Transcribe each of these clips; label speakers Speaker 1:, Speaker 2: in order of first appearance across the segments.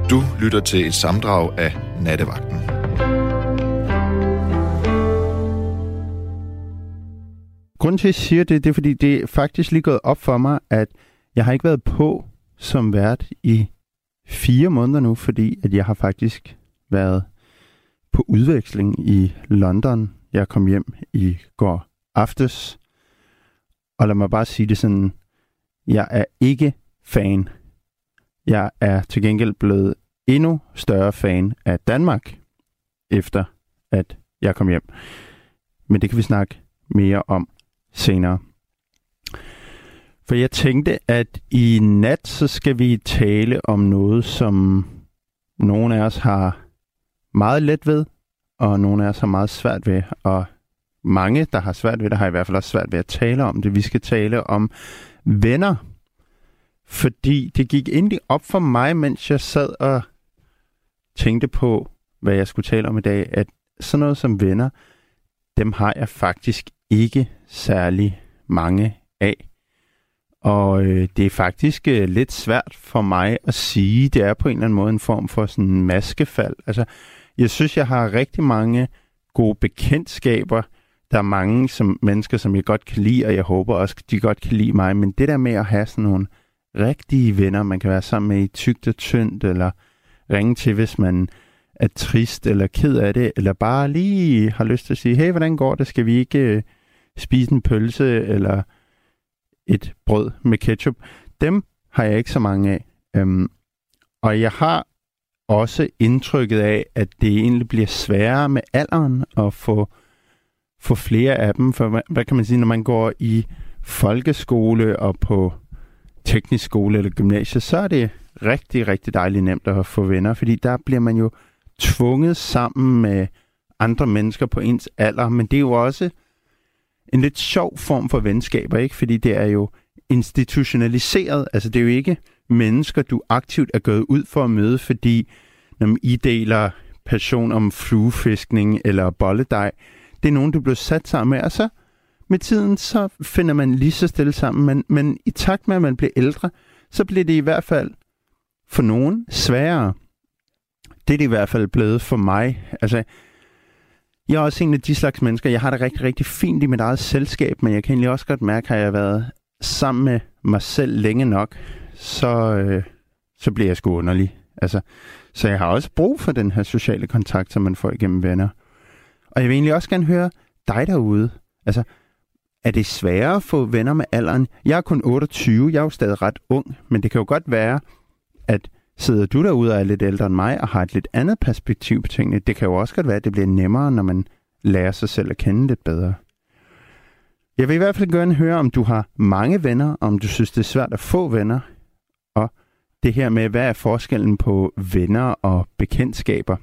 Speaker 1: Du lytter til et sammendrag af Nattevagten.
Speaker 2: Grunden til, at jeg siger det er, fordi det er faktisk lige gået op for mig, at jeg har ikke været på som vært i 4 måneder nu, fordi at jeg har faktisk været på udveksling i London. Jeg kom hjem i går aftes, og lad mig bare sige det sådan, jeg er ikke fan. Jeg er til gengæld blevet endnu større fan af Danmark, efter at jeg kom hjem. Men det kan vi snakke mere om senere. For jeg tænkte, at i nat, så skal vi tale om noget, som nogle af os har meget let ved, og nogle af os har meget svært ved. Og mange, der har svært ved det, har i hvert fald også svært ved at tale om det. Vi skal tale om venner. Fordi det gik endelig op for mig, mens jeg sad og tænkte på, hvad jeg skulle tale om i dag, at sådan noget som venner, dem har jeg faktisk ikke særlig mange af. Og det er faktisk lidt svært for mig at sige, det er på en eller anden måde en form for sådan en maskefald. Altså, jeg synes, jeg har rigtig mange gode bekendtskaber. Der er mange mennesker, som jeg godt kan lide, og jeg håber også, de godt kan lide mig. Men det der med at have sådan nogle rigtige venner, man kan være sammen med i tykt og tyndt, eller ringe til, hvis man er trist eller ked af det, eller bare lige har lyst til at sige, hey, hvordan går det? Skal vi ikke spise en pølse eller et brød med ketchup? Dem har jeg ikke så mange af. Og jeg har også indtrykket af, at det egentlig bliver sværere med alderen at få flere af dem. For hvad kan man sige, når man går i folkeskole og på teknisk skole eller gymnasie, så er det rigtig, rigtig dejligt nemt at få venner, fordi der bliver man jo tvunget sammen med andre mennesker på ens alder, men det er jo også en lidt sjov form for venskaber, ikke? Fordi det er jo institutionaliseret, altså det er jo ikke mennesker, du aktivt er gået ud for at møde, fordi når I deler passion om fluefiskning eller bolledej, det er nogen, du bliver sat sammen med, og så med tiden, så finder man lige så stille sammen, men i takt med, at man bliver ældre, så bliver det i hvert fald for nogen sværere. Det er det i hvert fald blevet for mig. Altså, jeg er også en af de slags mennesker, jeg har det rigtig, rigtig fint i mit eget selskab, men jeg kan egentlig også godt mærke, at jeg har været sammen med mig selv længe nok, så bliver jeg sgu underlig. Altså, så jeg har også brug for den her sociale kontakt, som man får igennem venner. Og jeg vil egentlig også gerne høre dig derude. Altså, er det sværere at få venner med alderen? Jeg er kun 28, jeg er jo stadig ret ung, men det kan jo godt være, at sidder du derude og er lidt ældre end mig, og har et lidt andet perspektiv på tingene, det kan jo også godt være, at det bliver nemmere, når man lærer sig selv at kende lidt bedre. Jeg vil i hvert fald gerne høre, om du har mange venner, om du synes, det er svært at få venner, og det her med, hvad er forskellen på venner og bekendtskaber?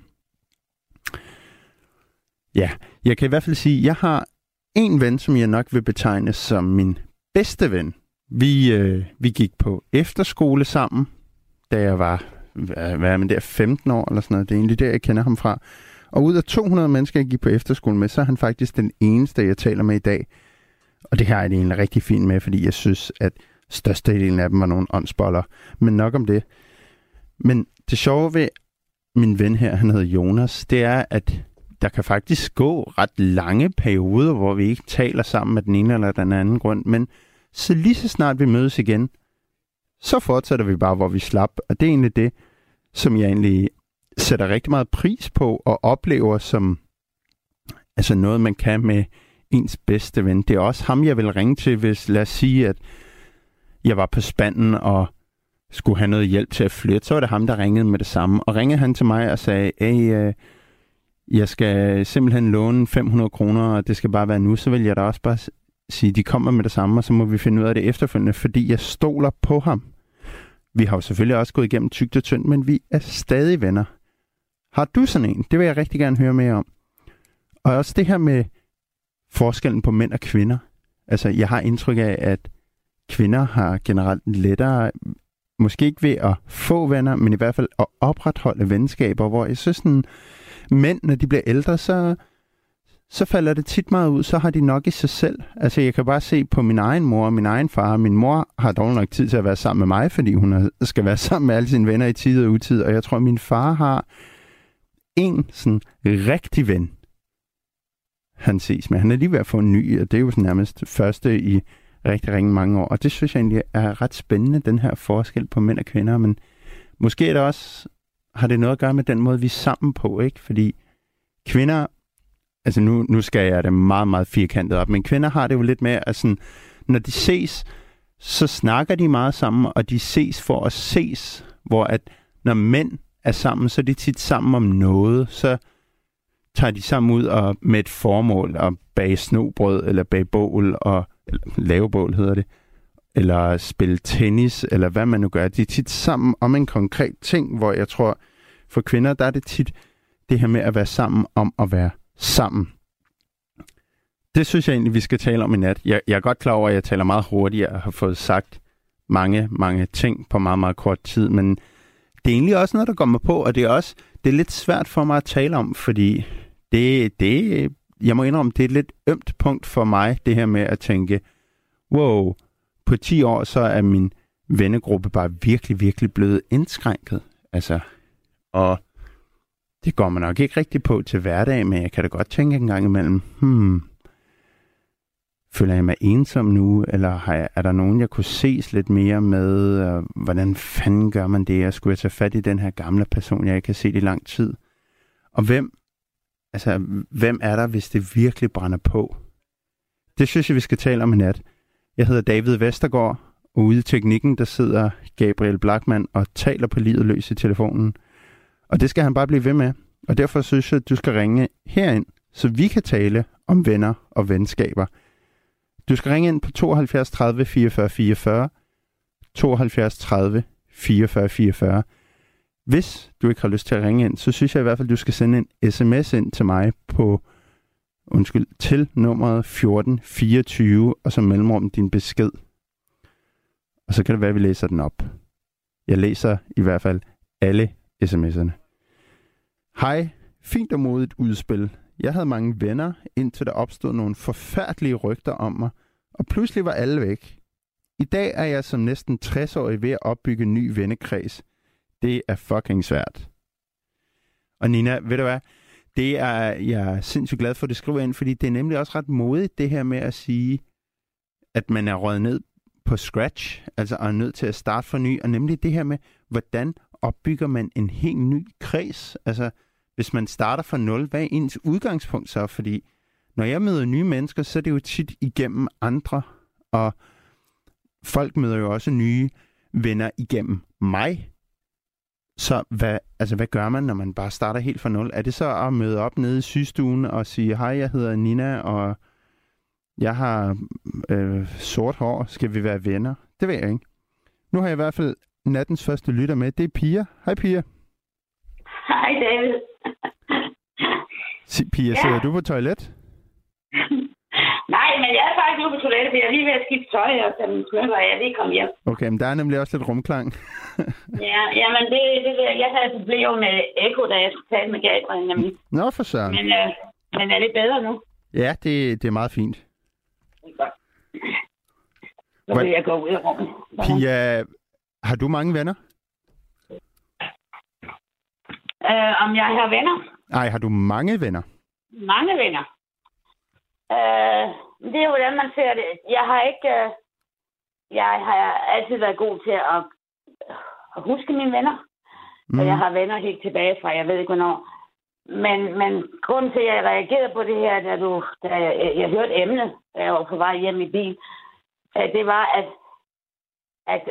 Speaker 2: Ja, jeg kan i hvert fald sige, at jeg har en ven, som jeg nok vil betegne som min bedste ven. Vi gik på efterskole sammen, da jeg var 15 år eller sådan noget. Det er egentlig der, jeg kender ham fra. Og ud af 200 mennesker, jeg gik på efterskole med, så er han faktisk den eneste, jeg taler med i dag. Og det her er det egentlig rigtig fint med, fordi jeg synes, at størstedelen af dem var nogle åndsboller. Men nok om det. Men det sjove ved min ven her, han hedder Jonas, det er, at der kan faktisk gå ret lange perioder, hvor vi ikke taler sammen med den ene eller den anden grund. Men så lige så snart vi mødes igen, så fortsætter vi bare, hvor vi slap. Og det er egentlig det, som jeg egentlig sætter rigtig meget pris på og oplever som altså noget, man kan med ens bedste ven. Det er også ham, jeg vil ringe til, hvis lad os sige, at jeg var på spanden og skulle have noget hjælp til at flytte. Så var det ham, der ringede med det samme. Og ringede han til mig og sagde, hey, jeg skal simpelthen låne 500 kroner, og det skal bare være nu. Så vil jeg da også bare sige, de kommer med det samme, og så må vi finde ud af det efterfølgende, fordi jeg stoler på ham. Vi har jo selvfølgelig også gået igennem tykt og tyndt, men vi er stadig venner. Har du sådan en? Det vil jeg rigtig gerne høre mere om. Og også det her med forskellen på mænd og kvinder. Altså, jeg har indtryk af, at kvinder har generelt lettere, måske ikke ved at få venner, men i hvert fald at opretholde venskaber, hvor jeg synes sådan, mænd, når de bliver ældre, så så falder det tit meget ud, så har de nok i sig selv. Altså, jeg kan bare se på min egen mor og min egen far. Min mor har dog nok tid til at være sammen med mig, fordi hun skal være sammen med alle sine venner i tid og utid. Og jeg tror, at min far har en sådan rigtig ven, han ses med. Han er lige ved at få en ny, og det er jo sådan nærmest første i rigtig, rigtig mange år. Og det synes jeg egentlig er ret spændende, den her forskel på mænd og kvinder. Men måske er det også, har det noget at gøre med den måde, vi er sammen på, ikke? Fordi kvinder, altså nu skal jeg det meget, meget firkantet op, men kvinder har det jo lidt med, at sådan, når de ses, så snakker de meget sammen, og de ses for at ses, hvor at når mænd er sammen, så er de tit sammen om noget, så tager de sammen ud og med et formål at bage snobrød, eller bage bål, eller lave bål hedder det, eller spille tennis, eller hvad man nu gør. De er tit sammen om en konkret ting, hvor jeg tror, for kvinder, der er det tit det her med at være sammen om at være sammen. Det synes jeg egentlig, vi skal tale om i nat. Jeg er godt klar over, at jeg taler meget hurtigt. Jeg har fået sagt mange, mange ting på meget, meget kort tid, men det er egentlig også noget, der går mig på, og det er lidt svært for mig at tale om, fordi jeg må indrømme, det er et lidt ømt punkt for mig, det her med at tænke, wow, på 10 år, så er min vennegruppe bare virkelig, virkelig blevet indskrænket. Altså, og det går man nok ikke rigtig på til hverdag, men jeg kan da godt tænke en gang imellem, føler jeg mig ensom nu, eller er der nogen, jeg kunne ses lidt mere med? Hvordan fanden gør man det? Skulle jeg tage fat i den her gamle person, jeg ikke har set i lang tid? Og hvem er der, hvis det virkelig brænder på? Det synes jeg, vi skal tale om i nat. Jeg hedder David Vestergaard, og ude i teknikken, der sidder Gabriel Blackman og taler på livet løs i telefonen. Og det skal han bare blive ved med. Og derfor synes jeg, at du skal ringe herind, så vi kan tale om venner og venskaber. Du skal ringe ind på 72 30 44 44, 72 30 44 44. Hvis du ikke har lyst til at ringe ind, så synes jeg i hvert fald, at du skal sende en sms ind til mig til nummeret 1424, og så mellemrum din besked. Og så kan det være, at vi læser den op. Jeg læser i hvert fald alle sms'erne. Hej, fint og modigt udspil. Jeg havde mange venner, indtil der opstod nogle forfærdelige rygter om mig, og pludselig var alle væk. I dag er jeg som næsten 60-årig ved at opbygge en ny vennekreds. Det er fucking svært. Og Nina, ved du hvad? Jeg er sindssygt glad for, at du skriver ind, fordi det er nemlig også ret modigt, det her med at sige, at man er røget ned på scratch, altså er nødt til at starte for ny, og nemlig det her med, hvordan opbygger man en helt ny kreds? Altså, hvis man starter fra 0, hvad er ens udgangspunkt så? Fordi når jeg møder nye mennesker, så er det jo tit igennem andre, og folk møder jo også nye venner igennem mig. Så hvad gør man, når man bare starter helt fra 0? Er det så at møde op nede i sygestuen og sige, hej, jeg hedder Nina, og jeg har sort hår, skal vi være venner? Det ved jeg ikke. Nu har jeg i hvert fald nattens første lytter med. Det er Pia. Hej Pia.
Speaker 3: Hej David.
Speaker 2: Pia, sidder du på toilet?
Speaker 3: Nej, men jeg er faktisk ude på toilettet. Jeg er lige ved at skifte tøj, og så smøkker jeg lige komme hjem.
Speaker 2: Okay, men der er nemlig også lidt rumklang.
Speaker 3: ja, men jeg havde problemer med ekko, da jeg skulle tale med Gabriel, nemlig.
Speaker 2: Nå, for søren.
Speaker 3: Men er det bedre nu?
Speaker 2: Ja, det er meget fint.
Speaker 3: Det er godt. Så vil jeg gå ud af rummet.
Speaker 2: Pia, har du mange venner?
Speaker 3: Om jeg har venner?
Speaker 2: Nej, har du mange venner?
Speaker 3: Mange venner. Det er jo, hvordan man ser det. Jeg har altid været god til at huske mine venner. Og jeg har venner helt tilbage fra, jeg ved ikke hvornår. Men grunden til, at jeg reagerede på det her, da jeg hørte emnet, da jeg var på vej hjem i bil, det var, at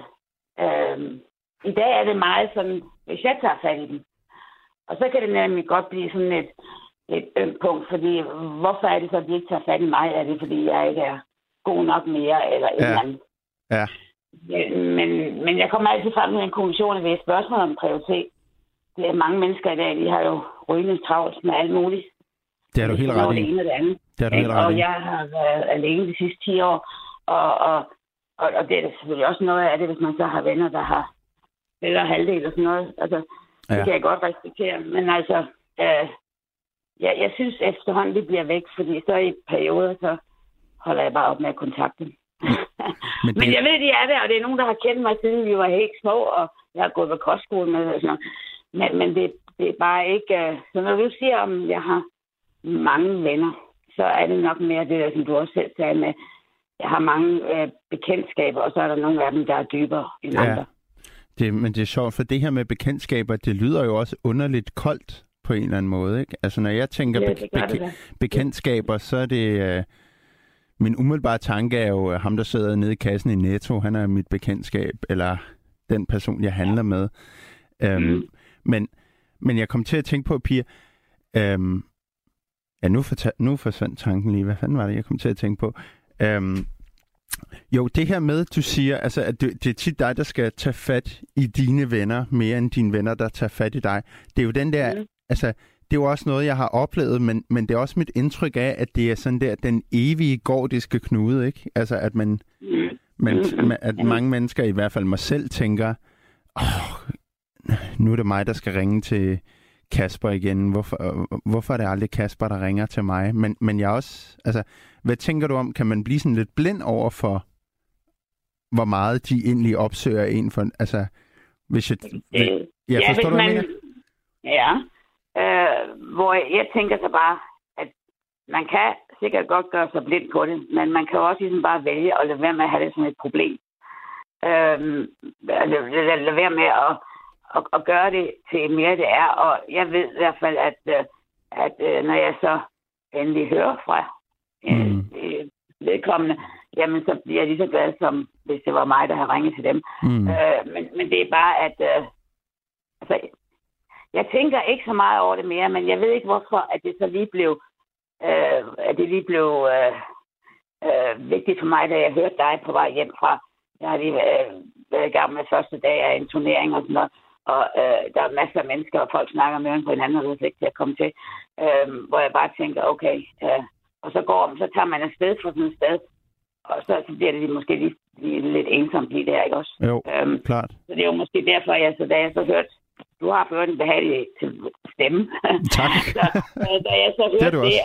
Speaker 3: i dag er det meget sådan, hvis jeg tager fat i dem. Og så kan det nemlig godt blive sådan et ømt punkt, fordi hvorfor er det så, at de ikke tager fat i mig? Er det, fordi jeg ikke er god nok mere, eller et eller andet?
Speaker 2: Ja.
Speaker 3: Men jeg kommer altid frem med en konklusion ved et spørgsmål om prioritet. Det er mange mennesker i dag, de har jo rygende travlt med alt muligt.
Speaker 2: Det er du helt ret i.
Speaker 3: Det ene og det andet.
Speaker 2: Det er du helt ret i.
Speaker 3: Og jeg har været alene de sidste 10 år, og det er selvfølgelig også noget af det, hvis man så har venner, der har bedre halvdel og sådan noget. Altså, det kan jeg godt respektere. Men altså, jeg synes efterhånden, det bliver væk, fordi så i perioder, så holder jeg bare op med at kontakte dem. Men jeg ved, de er der, og det er nogen, der har kendt mig, siden vi var helt små, og jeg har gået på kostskole med og sådan noget. Men det er bare ikke... Så når du siger, om jeg har mange venner, så er det nok mere det der, som du også selv sagde med, jeg har mange bekendtskaber, og så er der nogle af dem, der er dybere end andre.
Speaker 2: Men det er sjovt, for det her med bekendtskaber, det lyder jo også underligt koldt på en eller anden måde, ikke? Altså, når jeg tænker bekendtskaber, så er det... min umiddelbare tanke er jo ham, der sidder nede i kassen i Netto. Han er mit bekendtskab, eller den person, jeg handler med. Men jeg kom til at tænke på, Pia... nu forsvandt tanken lige. Hvad fanden var det, jeg kom til at tænke på? Jo, det her med, du siger, altså, at det er tit dig, der skal tage fat i dine venner, mere end dine venner, der tager fat i dig. Det er jo den der, altså, det er jo også noget, jeg har oplevet, men det er også mit indtryk af, at det er sådan der, den evige gordiske knude, ikke? Altså, at at mange mennesker, i hvert fald mig selv, tænker, nu er det mig, der skal ringe til Kasper igen. Hvorfor er det aldrig Kasper, der ringer til mig? Men jeg også, altså, hvad tænker du om, kan man blive sådan lidt blind over for, hvor meget de egentlig opsøger en for, altså, hvis jeg... forstår du, hvad jeg mener?
Speaker 3: Ja, hvor jeg tænker så bare, at man kan sikkert godt gøre sig blind på det, men man kan også ligesom bare vælge at lade være med at have det som et problem. Lade være med at gøre det til mere det er, og jeg ved i hvert fald, at når jeg så endelig hører fra vedkommende, jamen så bliver jeg lige så glad, som hvis det var mig, der havde ringet til dem. Men det er bare, at altså, jeg tænker ikke så meget over det mere, men jeg ved ikke, hvorfor at det så lige blev vigtigt for mig, da jeg hørte dig på vej hjem fra. Jeg har lige været i gang med første dag af en turnering og sådan noget, og der er masser af mennesker, og folk snakker med på hinanden, og det er ikke til at komme til, hvor jeg bare tænker, okay, og så tager man afsted fra sådan et sted, og så bliver det måske lige lidt ensomt lige der, ikke også?
Speaker 2: Jo, klart.
Speaker 3: Så det er jo måske derfor, da jeg så hørte, du har ført en behagelig stemme.
Speaker 2: Tak.
Speaker 3: Da jeg så hørte det,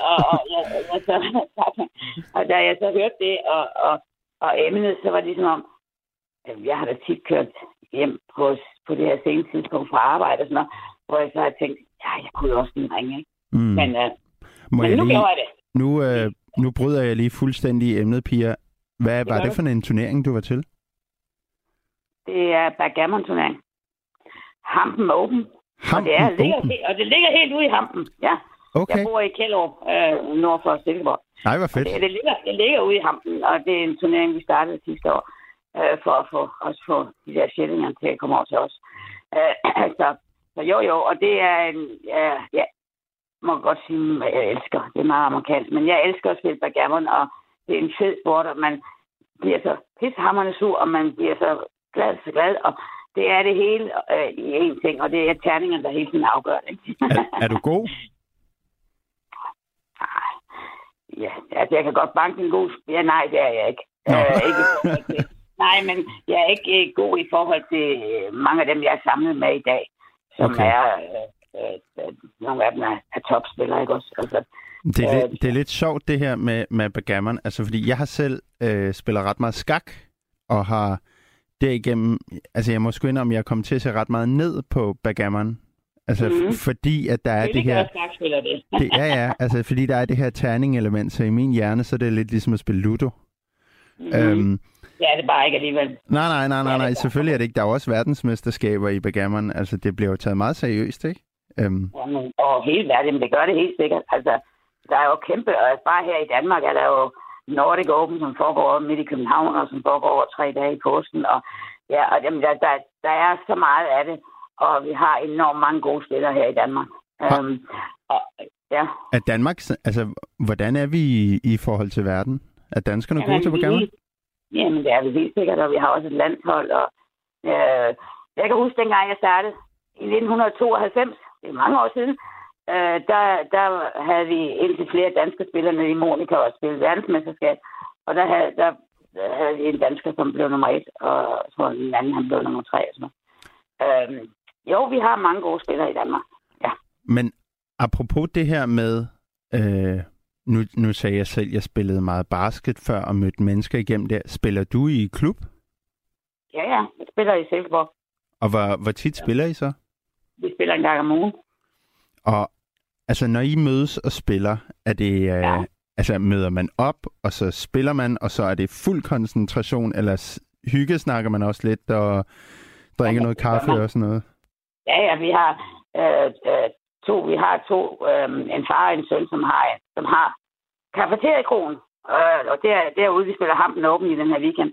Speaker 3: og da jeg så hørte det, og emnet, så var det som om, jeg har da tit kørt hjem på det her sene tidspunkt fra arbejde og sådan noget, hvor jeg så har tænkt, jeg kunne jo også lige ringe, ikke? Men nu gjorde jeg det.
Speaker 2: Nu bryder jeg lige fuldstændig i emnet, Pia. Hvad var det for en turnering, du var til?
Speaker 3: Det er backgammon-turnering. Hampen Open. Og det ligger helt ude i Hampen, ja. Okay. Jeg bor i Kjellerup, nord for Silkeborg.
Speaker 2: Nej, hvor fedt.
Speaker 3: Det ligger ude i Hampen, og det er en turnering, vi startede sidste år, for at få de der sjællinger til at komme over til os. Så jo, og det er jeg må godt sige, at jeg elsker. Det er meget amerikansk, men jeg elsker at spille backgammon, og det er en fed sport, og man bliver så pissehammerende sur, og man bliver så glad, og det er det hele i én ting, og det er terningerne, der hele tiden afgør det.
Speaker 2: Er du god?
Speaker 3: Ja, altså jeg kan godt banke en god... Ja, nej, det er jeg ikke. Nej, men jeg er ikke god i forhold til mange af dem, jeg er samlet med i dag, som er... nogle af dem er topspillere, ikke også? Altså,
Speaker 2: det er lidt sjovt, det her med backgammon, altså fordi jeg har selv spillet ret meget skak, og har derigennem, altså jeg må sgu indrømme, jeg er kommet til at se ret meget ned på backgammon. Altså fordi at der er det her... Ja, altså fordi der er det her terning-element, så i min hjerne, så er det lidt ligesom at spille Ludo.
Speaker 3: Ja, det er bare ikke alligevel.
Speaker 2: Nej, selvfølgelig er det ikke. Der er også verdensmesterskaber i backgammon, altså det bliver jo taget meget seriøst, ikke?
Speaker 3: Og hele verden, men det gør det helt sikkert. Altså, der er jo kæmpe, og bare her i Danmark er der jo Nordic Open, som foregår midt i København, og som foregår over 3 dage i påsken, og ja, og jamen, der er så meget af det, og vi har enormt mange gode spillere her i Danmark.
Speaker 2: Er Danmark, altså, hvordan er vi i forhold til verden? Er danskerne gode til backgammon?
Speaker 3: Jamen, det er vi helt sikkert, og vi har også et landshold, og jeg kan huske, dengang jeg startede i 1992, det er mange år siden, der havde vi indtil flere danske spillere nede i Monika og spille verdensmesterskab, og der havde vi en dansker, som blev nummer 1, og jeg tror, en anden, han blev nummer 3. Jo, vi har mange gode spillere i Danmark, ja.
Speaker 2: Men apropos det her med, nu sagde jeg selv, jeg spillede meget basket før og mødte mennesker igennem der. Spiller du i klub?
Speaker 3: Ja, jeg spiller i Silkeborg.
Speaker 2: Og hvor tit spiller I så?
Speaker 3: Vi spiller en gang om ugen.
Speaker 2: Og altså, når I mødes og spiller, er det... Altså, møder man op, og så spiller man, og så er det fuld koncentration, eller hyggesnakker man også lidt, og drikker noget kaffe og sådan noget?
Speaker 3: Ja, vi har to, en far og en søn, som har kafeteriakroen, og derude, vi spiller Hampen Åben i den her weekend.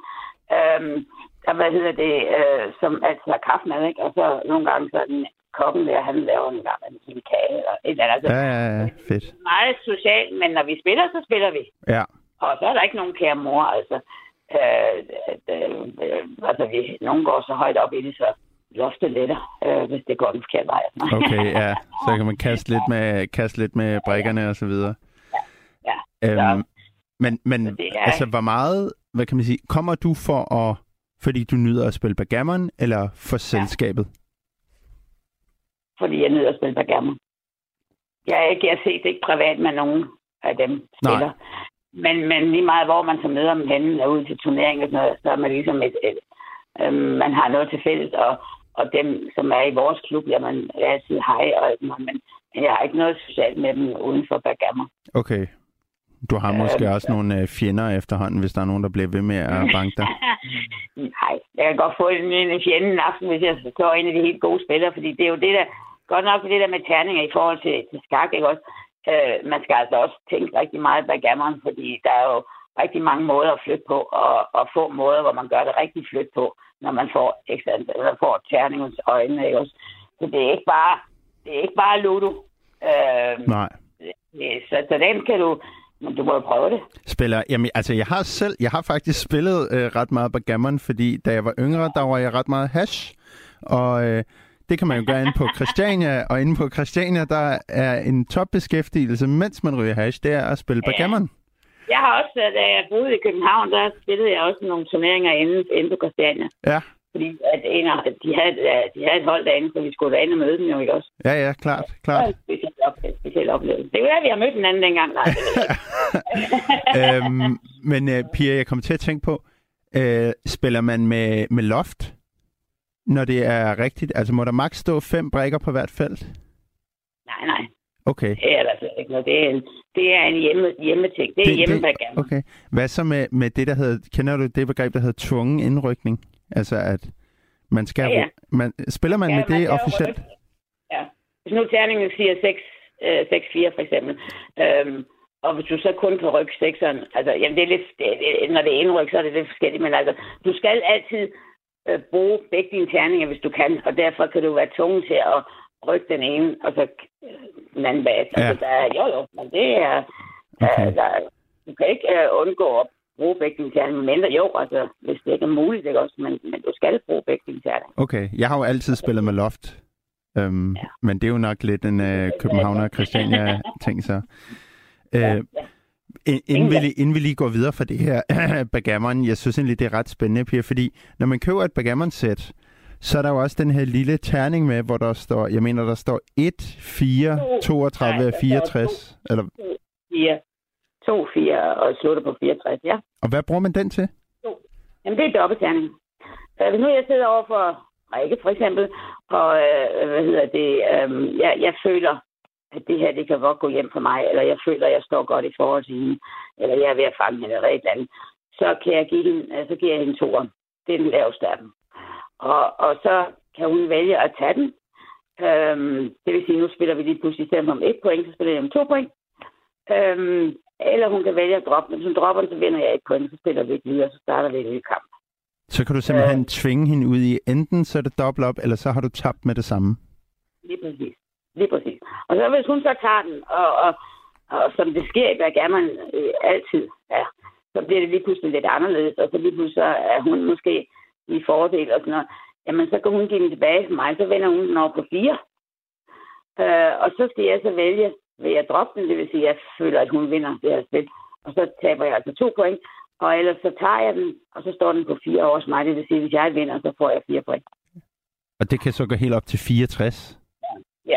Speaker 3: Som altid har kaffemad, ikke? Og så nogle gange sådan kokken der, han laver en gang en lille kage eller et eller andet.
Speaker 2: Ja, fedt.
Speaker 3: Meget socialt, men når vi spiller, så spiller vi.
Speaker 2: Ja.
Speaker 3: Og så er der ikke nogen kære mor, altså. Nogen går så højt op i det, så loftet letter, hvis det går den forkerte vej.
Speaker 2: Okay, ja. Så kan man kaste lidt med brikkerne og så videre.
Speaker 3: Ja.
Speaker 2: Men altså, hvor meget, hvad kan man sige, kommer du fordi du nyder at spille backgammon, eller for selskabet?
Speaker 3: Fordi jeg nyder at spille backgammon. Jeg set ikke privat med nogen af dem spiller. Men lige meget, hvor man så møder dem henne ude til turnering og sådan noget, så er man ligesom man har noget til fælles, og dem, som er i vores klub, jamen, jeg altid hej, men jeg har ikke noget socialt med dem uden for backgammon.
Speaker 2: Okay. Du har måske også nogle fjender efterhånden, hvis der er nogen, der bliver ved med at banke dig.
Speaker 3: Nej, jeg kan godt få en fjende en aften, hvis jeg slår en af de helt gode spillere, fordi det er jo det der, godt nok det der med terninger i forhold til skak, ikke også? Man skal altså også tænke rigtig meget backgammon, fordi der er jo rigtig mange måder at flytte på, og få måder, hvor man gør det rigtig flytte på, når man får terningens øjne, ikke også? Så det er ikke bare Ludo.
Speaker 2: Nej.
Speaker 3: Så den kan du... Men du må jo prøve det.
Speaker 2: Jamen, altså, jeg har faktisk spillet ret meget backgammon, fordi da jeg var yngre, der var jeg ret meget hash. Og det kan man jo gøre inde på Christiania, og inde på Christiania, der er en topbeskæftigelse, mens man ryger hash, det er at spille backgammon.
Speaker 3: Jeg har også, da jeg boede i København, der spillede jeg også nogle turneringer inde på Christiania.
Speaker 2: Ja.
Speaker 3: Fordi de havde et hold derinde, så vi skulle derinde og møde dem jo, ikke også?
Speaker 2: Ja, klart.
Speaker 3: Specielt oplevelse. Det er jo der, vi har mødt hinanden dengang.
Speaker 2: Men Pia, jeg kommer til at tænke på, spiller man med loft, når det er rigtigt? Altså, må der maks stå 5 brikker på hvert felt?
Speaker 3: Nej.
Speaker 2: Okay.
Speaker 3: Det er der slet ikke noget. Det er en hjemmeting. Det er hjemmebackgammon.
Speaker 2: Okay. Hvad så med det, der hedder... Kender du det begreb, der hedder tvungen indrykning? Altså, at man skal... Ja. Spiller man med det officielt?
Speaker 3: Ja. Hvis nu terningen siger 6-4 for eksempel, og hvis du så kun kan rykke 6'eren, altså, jamen det er lidt... når det er indryk, så er det lidt forskelligt, men altså, du skal altid bruge begge dine terninger, hvis du kan, og derfor kan du være tvunget til at rykke den ene, og så den anden bag. Ja. Altså, men det er... Okay. Du kan ikke undgå at bruge begge dine terninger, men altså, hvis det ikke er muligt, ikke også, men du skal bruge begge dine terninger.
Speaker 2: Okay, jeg har jo altid spillet med loft, men det er jo nok lidt en Københavner og Christiania-ting, så... Inden vi lige går videre fra det her backgammon, jeg synes egentlig, det er ret spændende, Pia, fordi når man køber et backgammon-sæt, så er der jo også den her lille terning med, hvor der står, jeg mener, der står 1, 4, 32 og 64. Eller...
Speaker 3: 2, 4 og slutter på 64, ja.
Speaker 2: Og hvad bruger man den til?
Speaker 3: Jamen, det er dobbeltterning. Hvis nu jeg sidder over for Rikke, for eksempel, og jeg føler, at det her, det kan godt gå hjem for mig, eller jeg føler, at jeg står godt i forhold til hende, eller jeg er ved at fange hende, eller et eller andet, så kan jeg giver jeg hende 2'eren. Det er den laveste af dem. Og så kan hun vælge at tage den. Det vil sige, nu spiller vi lige pludselig i stedet om 1 point, så spiller jeg om 2 point. Eller hun kan vælge at droppe den. Hvis hun dropper den, så vinder jeg 1 point, så spiller vi ikke videre, så starter vi en ny kamp.
Speaker 2: Så kan du simpelthen tvinge hende ud i, enten så er det dobbelt op, eller så har du tabt med det samme.
Speaker 3: Lige præcis. Og så hvis hun så tager den, og som det sker i backgammon altid, så bliver det lige pludselig lidt anderledes, og så lige pludselig er hun måske i fordel og sådan noget. Jamen, så kan hun give den tilbage for mig, så vender hun den over på 4. Og så skal jeg så vælge, vil jeg droppe den, det vil sige, at jeg føler, at hun vinder det her spil. Og så taber jeg altså 2 point, og ellers så tager jeg den, og så står den på 4 over hos mig, det vil sige, at hvis jeg vinder, så får jeg 4 point.
Speaker 2: Og det kan så gå helt op til 64?
Speaker 3: Ja,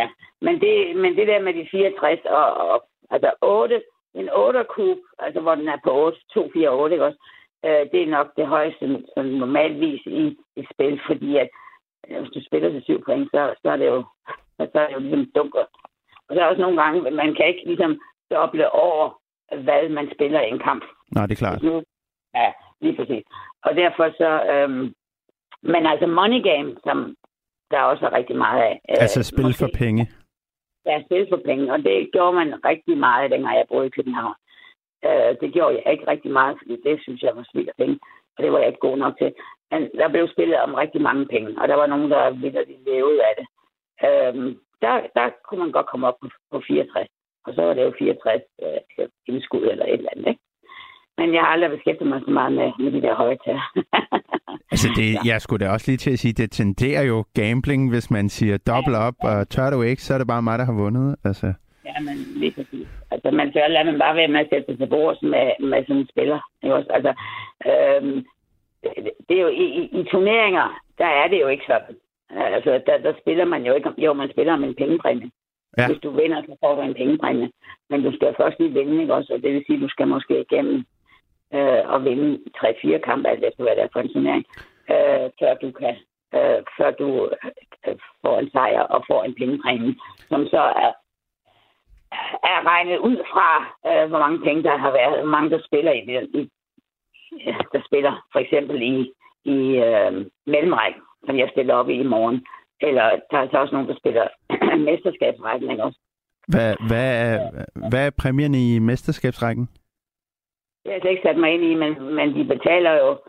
Speaker 3: Men det der med de 64 og altså 8, en 8'er-kub, altså hvor den er på 8, 2, 4, 8, ikke også? Det er nok det højeste, som normalvis i spil, fordi at hvis du spiller til 7 point, så er det jo ligesom dunker. Og så er også nogle gange, man kan ikke ligesom doble over, hvad man spiller i en kamp.
Speaker 2: Nej, det er klart.
Speaker 3: Ja, lige præcis. Og derfor så... men altså money game, som der også er rigtig meget af.
Speaker 2: Altså spil for penge.
Speaker 3: Ja, spil for penge. Og det gjorde man rigtig meget, dengang jeg boede i København. Det gjorde jeg ikke rigtig meget, fordi det synes jeg var spild af penge. Og det var jeg ikke god nok til. Men der blev spillet om rigtig mange penge. Og der var nogen, der ville leve af det. Der kunne man godt komme op på 64. Og så var det jo 64 indskud eller et eller andet, ikke? Men jeg har aldrig beskæftiget mig så meget med de der højtager. Altså
Speaker 2: jeg skulle da også lige til at sige, det tenderer jo gambling, hvis man siger dobbelt op, og tør du ikke, så er det bare mig, der har vundet. Altså.
Speaker 3: Ja, men lige præcis. Altså man tør lade man bare være med at sætte sig til bords med sådan en spiller. Altså, det er jo i turneringer, der er det jo ikke sådan. Altså der spiller man jo ikke, jo man spiller om en pengepræmie. Ja. Hvis du vinder, så får du en pengepræmie. Men du skal først lige vinde, ikke også? Og det vil sige, at du skal måske igennem og vinde 3-4 kampe, alt efter hvad det er for en turnering, før du får en sejr og får en pengepræmie, som så er regnet ud fra, hvor mange penge der har været, hvor mange der spiller der spiller for eksempel i mellemrækken, som jeg stiller op i morgen. Eller der er så også nogen, der spiller mesterskabsrækken, ikke også?
Speaker 2: Hvad er præmierne i mesterskabsrækken?
Speaker 3: Det har jeg ikke sat mig ind i, men de betaler jo...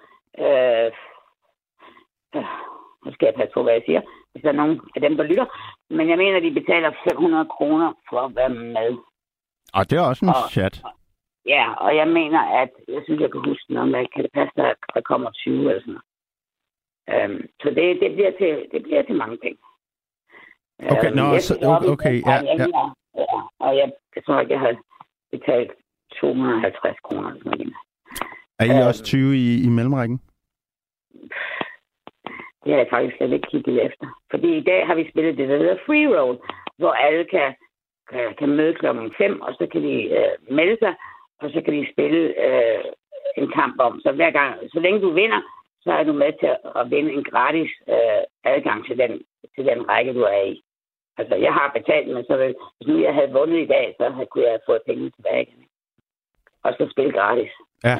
Speaker 3: nu skal jeg passe på, hvad jeg siger, hvis der er nogen af dem, der lytter. Men jeg mener, de betaler 500 kroner for at være med.
Speaker 2: Og det er også en chat.
Speaker 3: Ja, og jeg mener, at... Jeg synes, jeg kan huske noget med, kan det passe, der kommer 20 eller sådan noget. Så det bliver til mange penge.
Speaker 2: Okay, okay, ja.
Speaker 3: Og jeg tror ikke, jeg har betalt 250 kroner.
Speaker 2: Er I også 20 i mellemrækken?
Speaker 3: Det har jeg faktisk slet ikke kigget efter. Fordi i dag har vi spillet det, der hedder free roll, hvor alle kan møde klokken 5, og så kan de melde sig, og så kan de spille en kamp om. Så hver gang, så længe du vinder, så er du med til at vinde en gratis adgang til den række, du er i. Altså, jeg har betalt, men så hvis nu jeg havde vundet i dag, så kunne jeg have fået pengene tilbage igen. Og så spille gratis.
Speaker 2: Ja.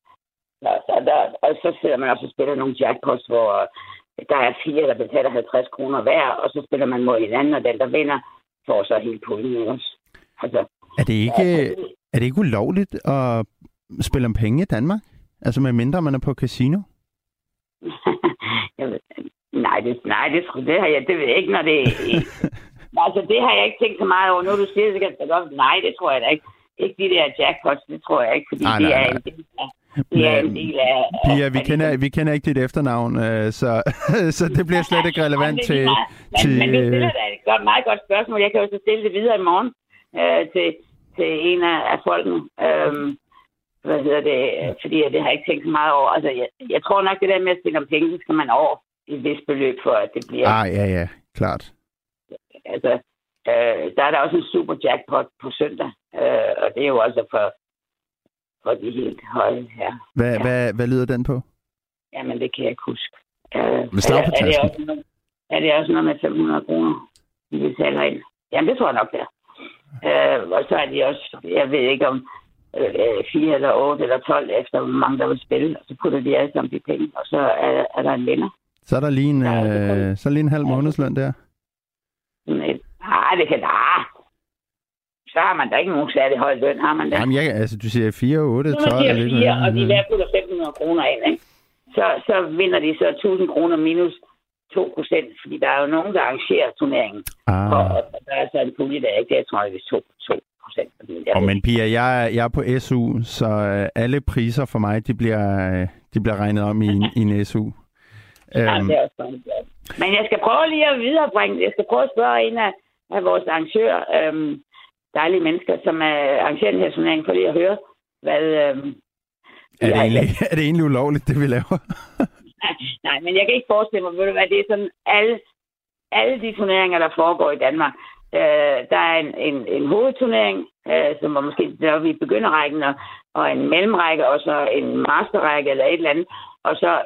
Speaker 3: Og så sidder man også og spiller nogle jackpots, hvor der er 4, der betaler 50 kroner hver, og så spiller man mod hinanden, og den, der vinder, får så helt puljen også. Altså,
Speaker 2: er det ikke ulovligt at spille om penge i Danmark? Altså, med mindre man er på casino?
Speaker 3: Nej, det ved jeg ikke, når det altså, det har jeg ikke tænkt så meget over. Nu du siger det godt. Nej, det tror jeg da ikke. Ikke de der jackpots, det tror jeg ikke, fordi det er en del af...
Speaker 2: Pia, vi kender ikke dit efternavn, så det bliver slet ikke relevant til...
Speaker 3: Men du stiller da et meget godt spørgsmål. Jeg kan jo så stille det videre i morgen til en af folkene. Hvad hedder det? Fordi det har jeg ikke tænkt så meget over. Altså, jeg tror nok, det der med at spille om penge, så skal man over et vist beløb, for at det bliver...
Speaker 2: Ja, klart.
Speaker 3: Altså, der er der også en super jackpot på søndag, og det er jo også for de helt høje her.
Speaker 2: Hvad lyder den på?
Speaker 3: Jamen, det kan jeg ikke huske. Er det også noget med 500 kroner, de betaler ind? Jamen, det tror jeg nok, det er. Og så er de også, jeg ved ikke om 4 eller 8 eller 12 efter, hvor mange der vil spille, og så putter de alle sammen de penge, og så er der en vinder.
Speaker 2: Så er der lige en halv månedsløn der?
Speaker 3: Nej, det kan da. Så har man da ikke nogen særlig høj løn, har man da.
Speaker 2: Jamen, du siger 4, 8, 12...
Speaker 3: Så siger 4, og de hver putter 500 kroner ind, ikke? Så vinder de så 1000 kroner minus 2%, fordi der er jo nogen, der arrangerer turneringen. Og der er så en pulje, der ikke, jeg tror, det er 2%.
Speaker 2: Men Pia, jeg er på SU, så alle priser for mig, de bliver regnet om i en SU.
Speaker 3: Ja, det er også sådan. Men jeg skal prøve lige at viderebringe. Jeg skal prøve at spørge en af vores arrangører, dejlige mennesker, som arrangerer den her turnering, for lige at høre, hvad...
Speaker 2: Er det egentlig ulovligt, det vi laver?
Speaker 3: Nej, men jeg kan ikke forestille mig, ved du hvad, det er sådan, alle de turneringer, der foregår i Danmark, der er en hovedturnering, som var måske deroppe i begynderrækken, og en mellemrække, og så en masterrække eller et eller andet. Og så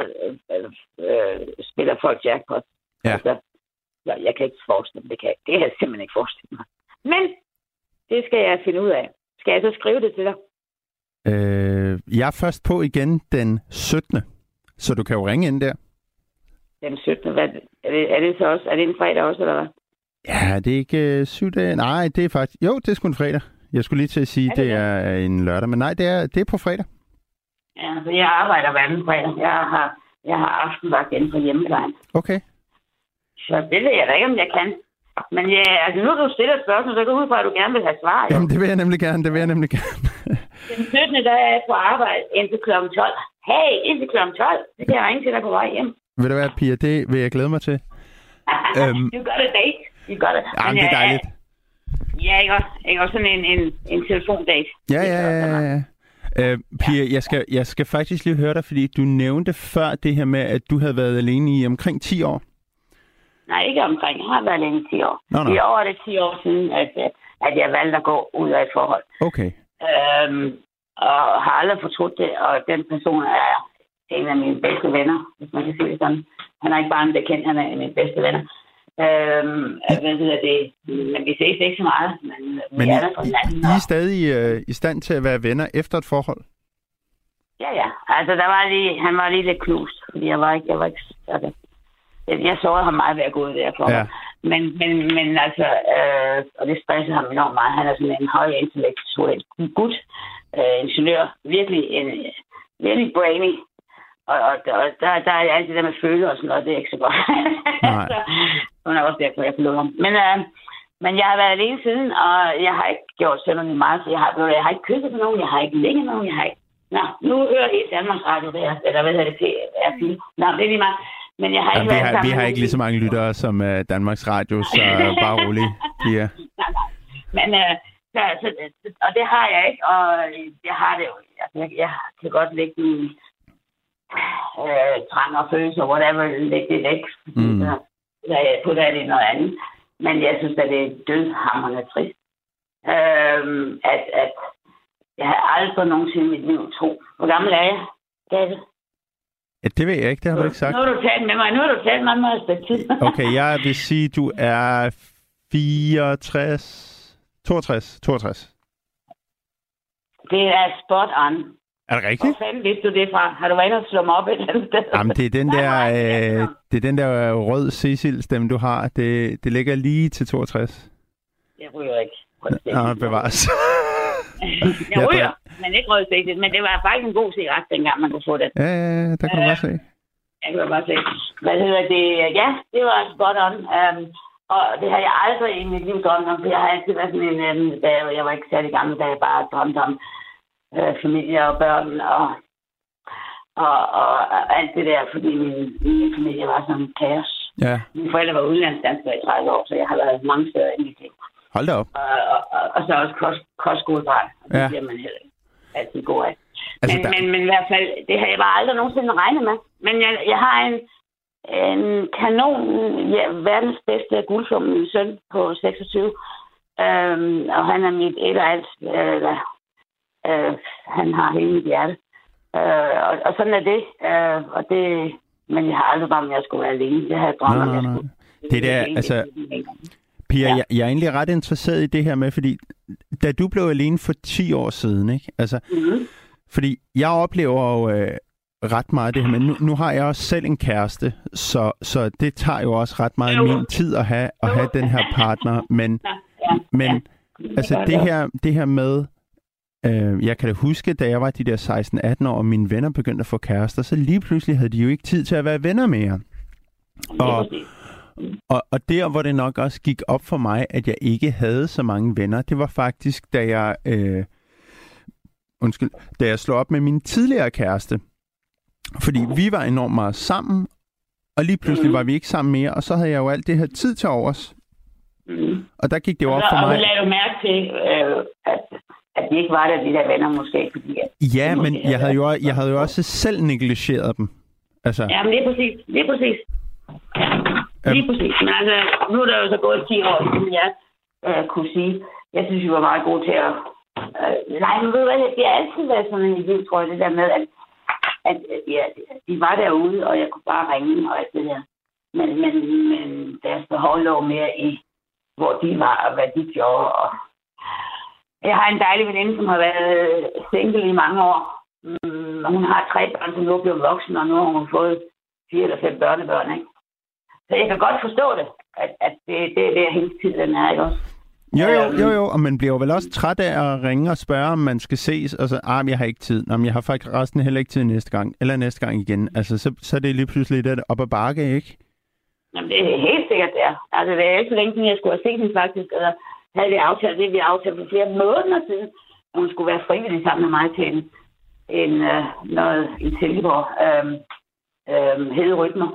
Speaker 3: spiller folk jackpot.
Speaker 2: Ja.
Speaker 3: Altså, jeg kan ikke forestille mig, det kan jeg simpelthen ikke forestille mig. Men det skal jeg finde ud af. Skal jeg så skrive det til dig?
Speaker 2: Jeg er først på igen den 17. Så du kan jo ringe ind der.
Speaker 3: Den 17. Er det så også? Er det en fredag også, eller hvad?
Speaker 2: Ja, det er ikke 7 dage. Nej, det er faktisk... Jo, det er sgu en fredag. Jeg skulle lige til at sige, det er en lørdag. Men nej, det er på fredag.
Speaker 3: Ja, så jeg arbejder hver anden fredag. Jeg har aftenvagt inden for hjemmeplejen.
Speaker 2: Okay.
Speaker 3: Så det ved jeg da ikke, om jeg kan. Men ja, altså nu du stiller et spørgsmål, så går ud fra, at du gerne vil have svar.
Speaker 2: Jamen, det vil jeg nemlig gerne.
Speaker 3: Den 17. der er jeg på arbejde indtil kl. 12. Hey, indtil kl. 12. Det kan jeg ringe til dig på vej hjem.
Speaker 2: Ved du hvad, Pia, det vil jeg glæde mig til.
Speaker 3: You got a date. You got it.
Speaker 2: Jamen, det er dejligt.
Speaker 3: Ja, ikke også sådan en telefondate.
Speaker 2: Ja. Pia, jeg skal faktisk lige høre dig, fordi du nævnte før det her med, at du havde været alene i omkring 10 år.
Speaker 3: Nej, ikke omkring. Jeg har været alene i 10 år.
Speaker 2: Nå.
Speaker 3: I år er det 10 år siden, at jeg valgte at gå ud af et forhold.
Speaker 2: Okay.
Speaker 3: Og har aldrig fortrudt det, og den person er en af mine bedste venner, hvis man kan sige det sådan. Han er ikke bare en bekendt, han er en af mine bedste venner. Men vi ses ikke så meget. Men
Speaker 2: I er stadig i stand til at være venner efter et forhold?
Speaker 3: Ja. Altså, han var lige lidt knust, fordi jeg var ikke okay. Jeg sårede ham meget ved at gå ud der for mig. Men altså, og det stressede ham enormt meget. Han er sådan en høj intellektuel gut, ingeniør, virkelig brainy. Og der er alt det der med følelser og sådan noget, det er ikke så godt. Så, hun er også derfor, jeg forlod ham. Men jeg har været alene siden, og jeg har ikke gjort sådan meget. Jeg har ikke kysset på nogen, jeg har ikke ligget nogen, jeg har ikke... Nå, nu hører I Danmarks Radio der, eller hvad hedder det til? Nå, det er lige meget. Men jeg har ikke været sammen.
Speaker 2: Vi har ikke lige så mange lyttere som Danmarks Radio, så bare rolig. Ja.
Speaker 3: Men, og det har jeg ikke, og jeg har det jo. Altså, jeg kan godt lægge min trang og følelser, whatever, lægge det væk. Så jeg putter det i noget andet. Men jeg synes, at det er dødhamrende trist. At jeg har aldrig nogensinde i mit liv tro. Hvor gammel er jeg, David?
Speaker 2: Ja, det ved jeg ikke, det har du ikke sagt.
Speaker 3: Nu har du talt med mig, et stykke tid.
Speaker 2: Okay, jeg vil sige, du er 62. Det
Speaker 3: er spot on.
Speaker 2: Er det rigtigt?
Speaker 3: Hvor fanden vidste du det fra? Har du været inde og slå mig op et eller andet sted?
Speaker 2: Jamen, det er den der rød Cecil-stemme, du har. Det ligger lige til 62.
Speaker 3: Jeg ryger ikke.
Speaker 2: Nå, bevares.
Speaker 3: Jeg ryger, men ikke rød Cecil. Men det var faktisk en god cigaret, dengang man kunne få det.
Speaker 2: Ja, der kan du bare se.
Speaker 3: Jeg kan bare se. Hvad hedder det? Ja, det var spot on. Og det har jeg aldrig i mit liv drømt om. Jeg har altid været sådan en... Jeg var ikke særlig gammel, da jeg bare drømte om familie og børn og alt det der, fordi min familie var sådan en kaos.
Speaker 2: Ja.
Speaker 3: Mine forældre var udlandsdanskere i 30 år, så jeg har været mange steder i mit liv.
Speaker 2: Hold da op.
Speaker 3: Og så også kostskolebarn. Det bliver man heller altid god af. Altså, men i hvert fald, det har jeg bare aldrig nogensinde regnet med. Men jeg har en kanon, verdens bedste guldklump, min søn på 26. Og han er mit et og alt. Han har hele mit hjerte. Og sådan er det. Men jeg har aldrig drømt, at jeg skulle være alene. Det har jeg drømt om, jeg skulle.
Speaker 2: Det der, altså... Pia, jeg er egentlig ret interesseret i det her med, fordi da du blev alene for 10 år siden, ikke? Altså, fordi jeg oplever jo ret meget det her, men nu har jeg også selv en kæreste, så det tager jo også ret meget min tid at have den her partner, men altså det her med, jeg kan da huske, da jeg var de der 16-18 år, og mine venner begyndte at få kærester, så lige pludselig havde de jo ikke tid til at være venner mere. Og der, hvor det nok også gik op for mig, at jeg ikke havde så mange venner, det var faktisk, da jeg slog op med min tidligere kæreste. Fordi vi var enormt meget sammen, og lige pludselig var vi ikke sammen mere, og så havde jeg jo alt det her tid til overs. Og der gik det jo op for mig...
Speaker 3: Og lagde du mærke til, at de ikke var der, de der venner måske? Fordi
Speaker 2: ja, men jeg havde jo også selv negligeret dem. Altså...
Speaker 3: Ja, men det er præcis. Lige præcis. Men altså, nu er der jo så gået 10 år siden, kunne sige. Jeg synes, vi var meget gode til at... nej, men ved du hvad, det har altid været sådan en idé, tror jeg, det der med, at de var derude, og jeg kunne bare ringe og alt det der. Men deres behov lå mere i, hvor de var og hvad de gjorde. Og jeg har en dejlig veninde, som har været single i mange år. Hun har 3 børn, som nu er blevet voksen, og nu har hun fået 4 eller 5 børnebørn, ikke? Så jeg kan godt forstå det, at det er der hendes tid, den er, ikke også?
Speaker 2: Jo, og man bliver jo vel også træt af at ringe og spørge, om man skal ses, og så, jeg har ikke tid. Nå, men jeg har faktisk resten heller ikke tid næste gang, eller næste gang igen. Altså, så er det lige pludselig lidt op ad bakke, ikke?
Speaker 3: Jamen, det er helt sikkert, det er. Altså, det er ikke så længe siden, jeg skulle have set hende faktisk, eller havde vi aftalt det, vi aftalte for flere måneder siden, at hun skulle være frivillig sammen med mig til noget i Silkeborg, Hede-rytmer.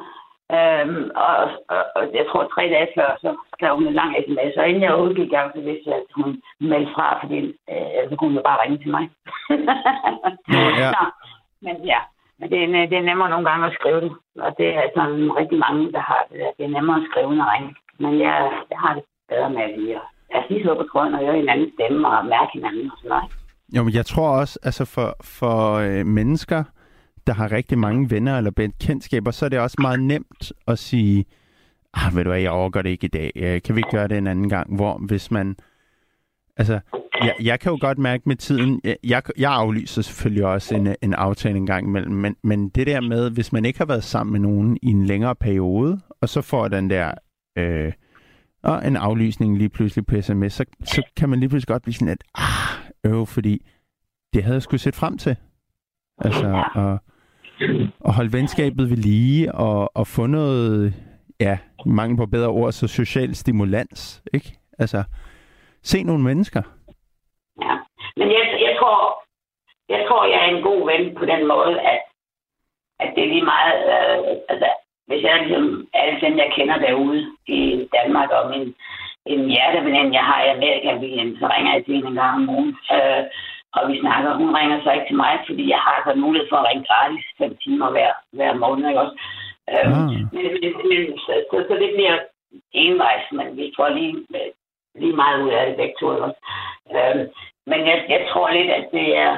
Speaker 3: Og jeg tror 3 dage før, så skrev hun en lang sms, og inden jeg overhovedet gik i gang, så vidste jeg, at hun meldte fra, fordi så kunne hun jo bare ringe til mig.
Speaker 2: Ja.
Speaker 3: Nå, men det er nemmere nogle gange at skrive det, og det er sådan rigtig mange, der har det. Det er nemmere at skrive end at ringe. Men jeg har det bedre med at lide at sige så på tråden og høre hinandens stemme og mærke hinanden og sådan noget. Jo,
Speaker 2: men jeg tror også, altså for mennesker, der har rigtig mange venner eller bekendtskaber, så er det også meget nemt at sige, ved du hvad, jeg overgår det ikke i dag. Kan vi ikke gøre det en anden gang? Hvor hvis man... Altså, jeg kan jo godt mærke med tiden, jeg aflyser selvfølgelig også en aftale en gang imellem, men det der med, hvis man ikke har været sammen med nogen i en længere periode, og så får den der en aflysning lige pludselig på sms, så kan man lige pludselig godt blive sådan lidt, fordi det havde jeg sgu set frem til. Altså, og holde venskabet ved lige, og få noget, mangel på bedre ord, så social stimulans, ikke? Altså, se nogle mennesker.
Speaker 3: Ja, men jeg tror, jeg er en god ven på den måde, at det er lige meget, altså, hvis jeg ligesom alle dem, jeg kender derude i Danmark, og en hjerteveninde, jeg har i Amerika, så ringer jeg til hende en gang om ugen, og vi snakker. Hun ringer så ikke til mig, fordi jeg har altså mulighed for at ringe gratis 5 timer hver måned, ikke også? Så det bliver envejs, men vi får lige meget ud af det begge to, ikke også? Men jeg tror lidt, at det er...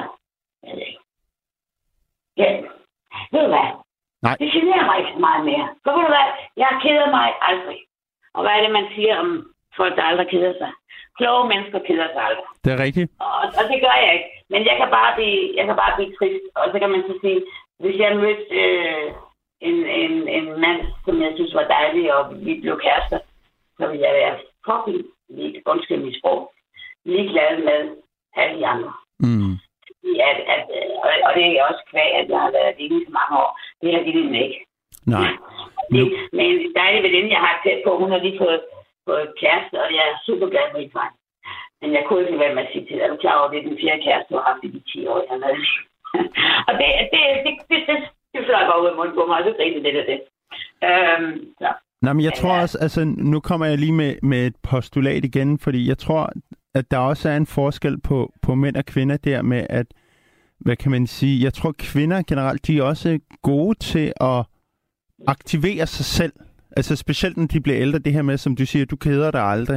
Speaker 3: ved du hvad?
Speaker 2: Nej.
Speaker 3: Det generer mig ikke meget mere. Så ved du hvad? Jeg keder mig aldrig. Og hvad er det, man siger om folk, der aldrig keder sig? Kloge mennesker keder sig aldrig.
Speaker 2: Det er rigtigt.
Speaker 3: Og det gør jeg ikke. Men jeg kan bare blive trist. Og så kan man så sige, hvis jeg mødte en mand, som jeg synes var dejlig, og vi blev kærester, så ville jeg være fucking undskyld mit sprog, ligeglad med alle de andre.
Speaker 2: Mm.
Speaker 3: Og det er også kvæg, at jeg har været alene i så mange år. Det har de ikke.
Speaker 2: Nej.
Speaker 3: Men en dejlig veninde, jeg har tæt på, hun har lige fået kæreste, og jeg er super glad med det. Men jeg kunne ikke være med at sige til, at du klar over, det er den 4. kæreste, du har haft i de 10 år, jeg med. Og det fløj bare ud af munden på mig, og så griner lidt af det. Så.
Speaker 2: Nå, men jeg tror også, altså nu kommer jeg lige med et postulat igen, fordi jeg tror, at der også er en forskel på mænd og kvinder der med, at, hvad kan man sige, jeg tror kvinder generelt, de er også gode til at aktivere sig selv. Altså specielt når de bliver ældre, det her med, som du siger, du keder dig aldrig.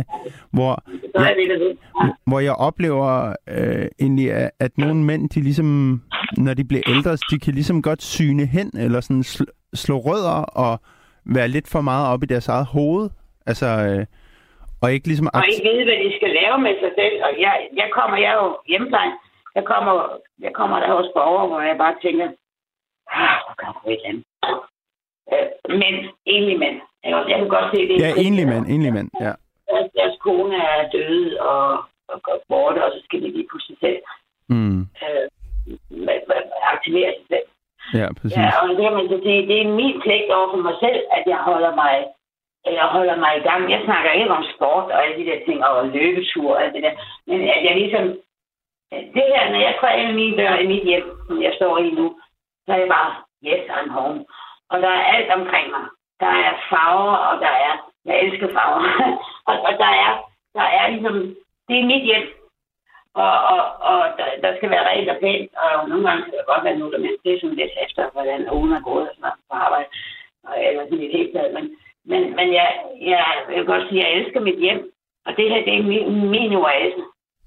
Speaker 2: Hvor jeg oplever egentlig, at nogle mænd, de ligesom, når de bliver ældre, de kan ligesom godt syne hen, eller sådan slå rødder, og være lidt for meget op i deres eget hoved. Altså, og ikke ligesom...
Speaker 3: Og ikke vide, hvad de skal lave med sig selv. Og jeg er jo hjemmeplejen. Jeg kommer der hos borgere, hvor jeg bare tænker, hvor kan du et eller andet? Men, enlige mænd. Jeg kan godt se det.
Speaker 2: Ja, enlige mænd, ja.
Speaker 3: Deres kone er døde og går borte, og så skal de lige på sig selv. Aktivere sig selv.
Speaker 2: Ja, præcis.
Speaker 3: Ja, og det kan man så sige, det er min pligt over for mig selv, at jeg holder mig i gang. Jeg snakker ikke om sport og alle de der ting, og løbetur og alt det der. Men at jeg ligesom... Det her, når jeg træder mine dør i mit hjem, som jeg står i nu, så er jeg bare, yes, I'm home. Og der er alt omkring mig. Der er farver, og der er... Jeg elsker farver. og der er ligesom... Det er mit hjem. Og der skal være rent og pænt, og nogle gange skal der godt være noget, men det er sådan lidt efter, hvordan ugen er gået og sådan noget på arbejde. Eller sådan et helt taget. Men jeg vil godt sige, at jeg elsker mit hjem, Og det her, det er min oase.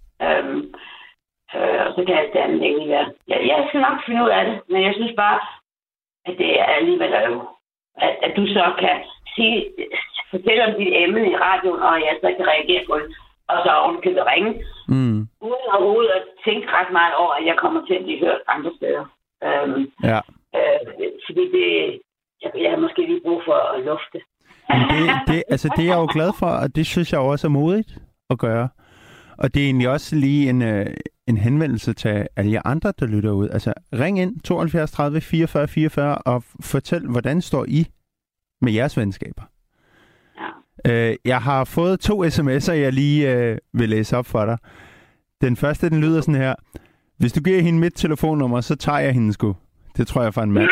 Speaker 3: Og så kan alt det andet egentlig være. Jeg skal nok finde ud af det, men jeg synes bare, at det er alligevel at du så kan fortælle om dit emne i radioen, og jeg så kan reagere på det, og så ovenikøbet ringe, uden overhovedet at tænke ret meget over, at jeg kommer til at blive hørt andre steder. Fordi jeg har måske lige brug for at lufte.
Speaker 2: Det er jeg jo glad for, og det synes jeg også er modigt at gøre. Og det er egentlig også lige en henvendelse til alle jer andre, der lytter ud. Altså, ring ind 72 30 44 44 og fortæl, hvordan står I med jeres venskaber? Ja. Jeg har fået 2 sms'er, jeg lige vil læse op for dig. Den første, den lyder sådan her. Hvis du giver hende mit telefonnummer, så tager jeg hende sgu. Det tror jeg for en mand.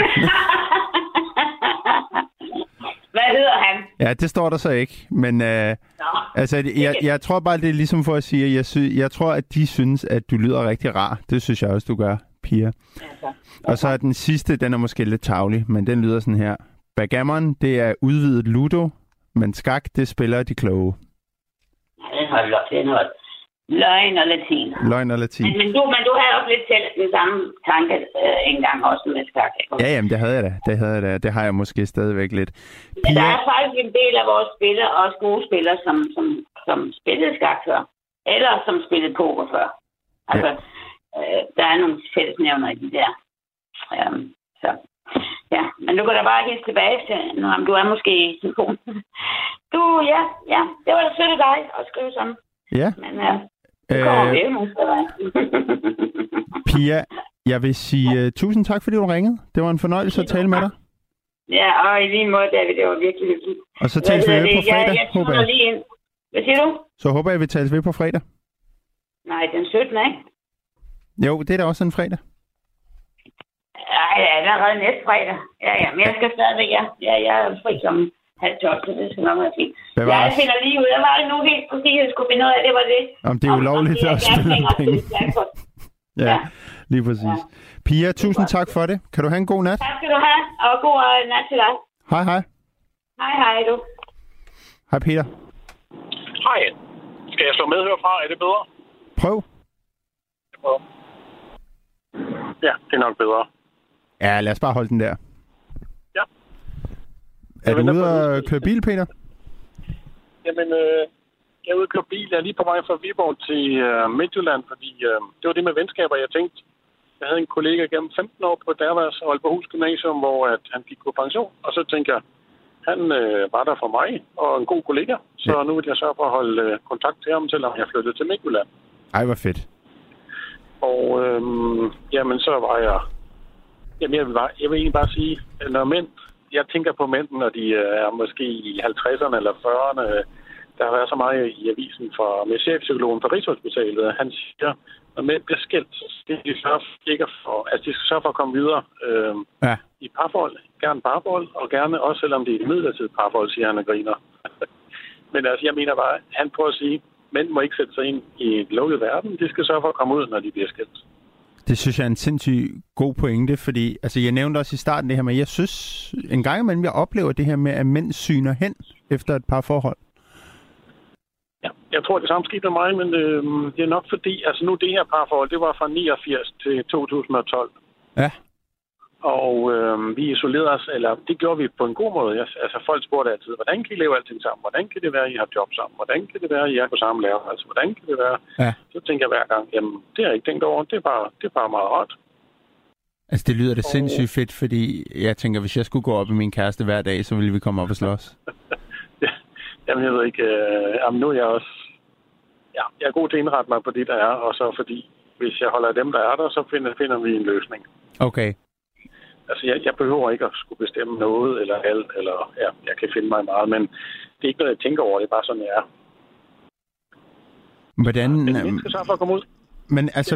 Speaker 3: Hvad hedder han?
Speaker 2: Ja, det står der så ikke. Men jeg tror bare, det er ligesom for at sige, at jeg tror, at de synes, at du lyder rigtig rar. Det synes jeg også, du gør, Pia. Ja. Og så er den sidste, den er måske lidt tarvelig, men den lyder sådan her. Backgammon, det er udvidet ludo, men skak, det spiller de kloge.
Speaker 3: Ja, den holdt. Løgn og latin. Men du havde også lidt selv den samme tanke engang også med skak.
Speaker 2: Ja, jamen det havde jeg da. Det har jeg måske stadigvæk lidt.
Speaker 3: Men der er faktisk en del af vores spillere, også gode spillere, som spillede skak før. Eller som spillede poker før. Altså, der er nogle fællesnævner i de der. Så. Ja, men du kan da bare helt tilbage til, når du er måske i telefonen. Det var da sødt af dig at skrive sådan.
Speaker 2: Ja.
Speaker 3: Men det kommer vi jo nogle steder.
Speaker 2: Pia, jeg vil sige tusind tak, fordi du ringede. Det var en fornøjelse at tale med dig.
Speaker 3: Ja, og i lige måde, David, det var virkelig hyggeligt.
Speaker 2: Og så tales vi ved på fredag, håber jeg.
Speaker 3: Lige ind. Hvad siger du?
Speaker 2: Så håber jeg, vi tales ved på fredag.
Speaker 3: Nej, den 17. ikke?
Speaker 2: Jo, det er da også en fredag.
Speaker 3: Ja, det er allerede næste fredag. Ja, men jeg skal stadigvæk, jeg er fri som 11:30, så det skal nok være fint. Jeg finder lige ud. Jeg var nu helt præcis, jeg skulle finde ud af, det var det.
Speaker 2: Om det er ulovligt at spille om penge. Ja, lige præcis. Ja. Pia, tusind tak for det. Kan du have en god nat?
Speaker 3: Tak skal du have, og god nat til dig.
Speaker 2: Hej.
Speaker 3: Hej, du.
Speaker 2: Hej, Peter.
Speaker 4: Hej. Skal jeg slå med herfra? Er det bedre?
Speaker 2: Prøv.
Speaker 4: Ja, det er nok bedre.
Speaker 2: Ja, lad os bare holde den der.
Speaker 4: Ja.
Speaker 2: Er du ude at køre bil, Peter?
Speaker 4: Jamen, jeg er ude at køre bil. Jeg er lige på vej fra Viborg til Midtjylland, fordi det var det med venskaber, jeg tænkte. Jeg havde en kollega gennem 15 år på Dervas og Aalborghus Gymnasium, hvor han gik på pension. Og så tænkte jeg, han var der for mig og en god kollega. Så nu vil jeg sørge for at holde kontakt til ham, selvom jeg flyttede til Midtjylland.
Speaker 2: Ej, hvor fedt.
Speaker 4: Og jamen, så var jeg... Jamen, jeg vil egentlig bare sige, når mænd... Jeg tænker på mænd, når de er måske i 50'erne eller 40'erne. Der har været så meget i avisen med chefpsykologen fra Rigshospitalet. Han siger, når mænd bliver skilt, de skal sørge for at komme videre i parforhold. Gerne parforhold, og gerne også, selvom det er et midlertidigt parforhold, siger han og griner. Men altså, jeg mener bare, han prøver at sige, mænd må ikke sætte sig ind i en lukket verden. De skal sørge for at komme ud, når de bliver skilt.
Speaker 2: Det synes jeg er en sindssygt god pointe, fordi altså, jeg nævnte også i starten det her med, jeg synes en gang imellem, jeg oplever det her med, at mænd syner hen efter et par forhold.
Speaker 4: Ja, jeg tror, det samme skete med mig, men det er nok fordi, altså nu det her parforhold, det var fra 89 til 2012.
Speaker 2: Ja.
Speaker 4: Og vi isolerede os, eller det gjorde vi på en god måde. Altså folk spurgte altid, hvordan kan I lave alting sammen? Hvordan kan det være, at I har job sammen? Hvordan kan det være, at I er på samme lærer? Altså, hvordan kan det være?
Speaker 2: Ja.
Speaker 4: Så tænker jeg hver gang, jamen, det har jeg ikke tænkt over. Det er bare meget rart.
Speaker 2: Altså, det lyder da sindssygt fedt, fordi jeg tænker, hvis jeg skulle gå op i min kæreste hver dag, så ville vi komme op og slås.
Speaker 4: Jamen, jeg ved ikke. Jamen, nu er jeg også... Ja, jeg er god til at indrette mig på det, der er. Og så fordi, hvis jeg holder dem, der er der, så finder vi en løsning.
Speaker 2: Okay.
Speaker 4: Altså, jeg behøver ikke at skulle bestemme noget eller alt, eller jeg kan finde mig meget, men det er ikke noget, jeg tænker over. Det er bare sådan, jeg er.
Speaker 2: Hvordan...
Speaker 4: Men skal så for at komme ud.
Speaker 2: Men altså,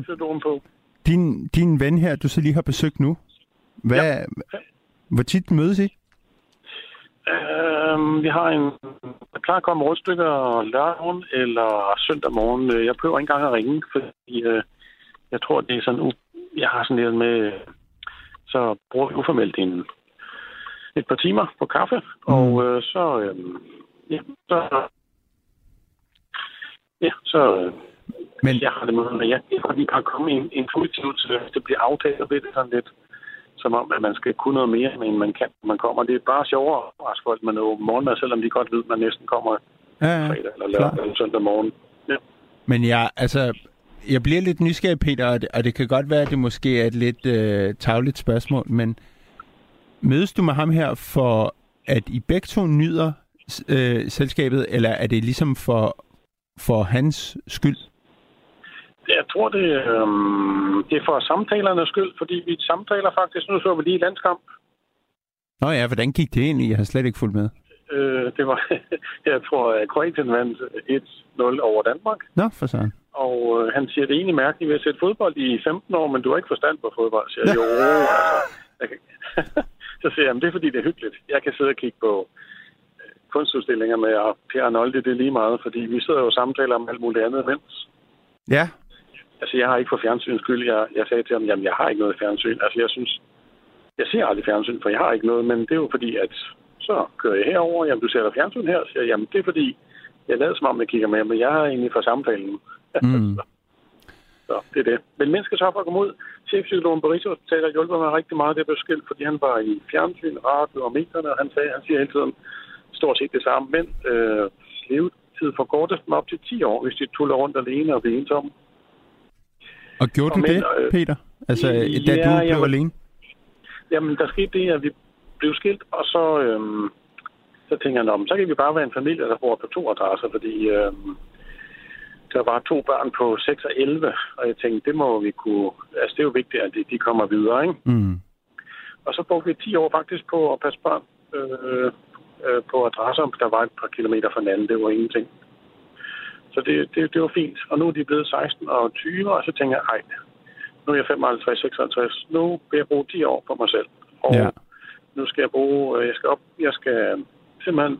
Speaker 2: din ven her, du så lige har besøgt nu, hvor tit mødes I?
Speaker 4: Vi har en klar at komme rundstykker lørdag morgen eller søndag morgen. Jeg prøver ikke engang at ringe, fordi jeg tror, det er sådan... Jeg har sådan lidt med... Så bruger vi uformelt et par timer på kaffe, og så Ja, så men jeg har det med, jeg kan lige bare komme intuitivt, så det bliver aftalt og det sådan lidt, som om, at man skal kunne noget mere, end man kan, når man kommer. Det er bare sjovere at overraske folk med noget morgen, selvom de godt ved, at man næsten kommer fredag eller lørdag eller søndag morgen. Ja.
Speaker 2: Men jeg bliver lidt nysgerrig, Peter, og det kan godt være, at det måske er et lidt tarveligt spørgsmål, men mødes du med ham her for, at I begge to nyder selskabet, eller er det ligesom for hans skyld?
Speaker 4: Jeg tror, det er for samtalernes skyld, fordi vi samtaler faktisk. Nu så vi lige landskamp.
Speaker 2: Nå ja, hvordan gik det egentlig? Jeg har slet ikke fulgt med.
Speaker 4: Det var, jeg tror, Kroatien vandt 1-0 over Danmark.
Speaker 2: Nå, for sådan.
Speaker 4: Og han siger, det er egentlig mærkeligt ved at sætte fodbold i 15 år, men du har ikke forstand på fodbold. Så siger så siger jeg, det er fordi, det er hyggeligt. Jeg kan sidde og kigge på kunstudstillinger med Per Arnoldi, det er lige meget, fordi vi sidder jo og samtaler om alt muligt andet imens.
Speaker 2: Ja.
Speaker 4: Altså, jeg har ikke for fjernsyns skyld. Jeg sagde til ham, jamen, jeg har ikke noget fjernsyn. Altså, jeg ser aldrig fjernsyn, for jeg har ikke noget, men det er jo fordi, at så kører jeg herover. Jamen, du ser der fjernsyn her? Så siger jeg, jamen, det er fordi, jeg lader som om, jeg kigger med, men jeg er egentlig for samtalen. Så det er det. Men mennesker så for at komme ud. Chefpsykologen på Rigshospitalet har hjulpet mig rigtig meget. Det blev skilt, fordi han var i fjernsyn, radio og medierne, og han siger hele tiden stort set det samme. Men levetid forkortes dem op til 10 år, hvis de tuller rundt alene og bliver ensomme.
Speaker 2: Og gjorde du det, Peter? Altså, da du blev alene?
Speaker 4: Jamen, der skete det, at vi blev skilt, og så tænker jeg, så kan vi bare være en familie, der bor på 2 adresser, fordi der var 2 børn på 6 og 11, og jeg tænkte, det må vi kunne. Altså, det er jo vigtigt, at de kommer videre, ikke? Mm. Og så brugte vi 10 år faktisk på at passe børn på adresser, der var et par kilometer fra hinanden. Det var ingenting. Så det var fint. Og nu er de blevet 16 og 20, og så tænker jeg, nu er jeg 55, 56. Nu vil jeg bruge 10 år på mig selv. Og nu skal jeg skal simpelthen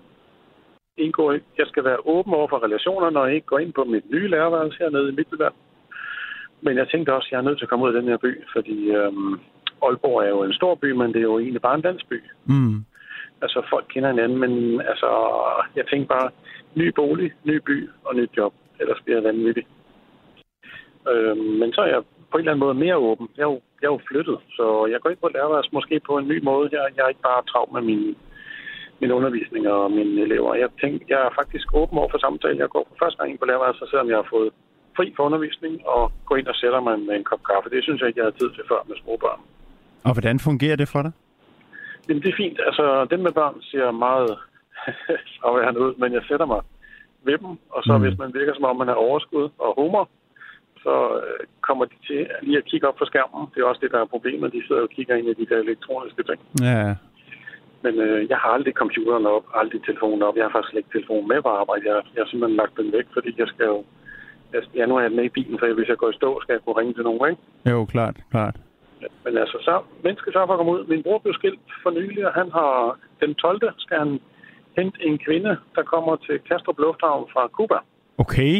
Speaker 4: jeg skal være åben over for relationer, når jeg ikke går ind på mit nye lærerværelse hernede i Midtjylland. Men jeg tænkte også, at jeg er nødt til at komme ud af den her by, fordi Aalborg er jo en stor by, men det er jo egentlig bare en landsby. Mm. Altså, folk kender hinanden, men altså, jeg tænkte bare, ny bolig, ny by og nyt job. Ellers bliver jeg vanvittig. Men så er jeg på en eller anden måde mere åben. Jeg er jo flyttet, så jeg går ind på lærerværelse måske på en ny måde. Jeg er ikke bare travlt med min undervisning og mine elever. Jeg er faktisk åben over for samtale. Jeg går for første gang ind på lærerværelse, selvom jeg har fået fri for undervisning, og går ind og sætter mig med en kop kaffe. Det synes jeg ikke, jeg havde tid til før med små børn.
Speaker 2: Og hvordan fungerer det for dig?
Speaker 4: Jamen, det er fint. Altså, dem med børn ser meget afværende ud, men jeg sætter mig ved dem, og så hvis man virker som om, man er overskud og humor, så kommer de til lige at kigge op på skærmen. Det er også det, der er problemet. De sidder og kigger ind i de der elektroniske ting. Ja. Men jeg har aldrig computeren op, aldrig telefonen op. Jeg har faktisk ikke telefonen med på arbejde. Jeg har simpelthen lagt den væk, fordi jeg skal jo... nu er jeg med i bilen, så hvis jeg går i stå, skal jeg kunne ringe til nogen, ikke?
Speaker 2: Jo, klart.
Speaker 4: Ja, men altså, så mennesker så for at komme ud. Min bror blev skilt for nylig, og han har den 12. skal han hente en kvinde, der kommer til Kastrup Lufthavn fra Cuba.
Speaker 2: Okay.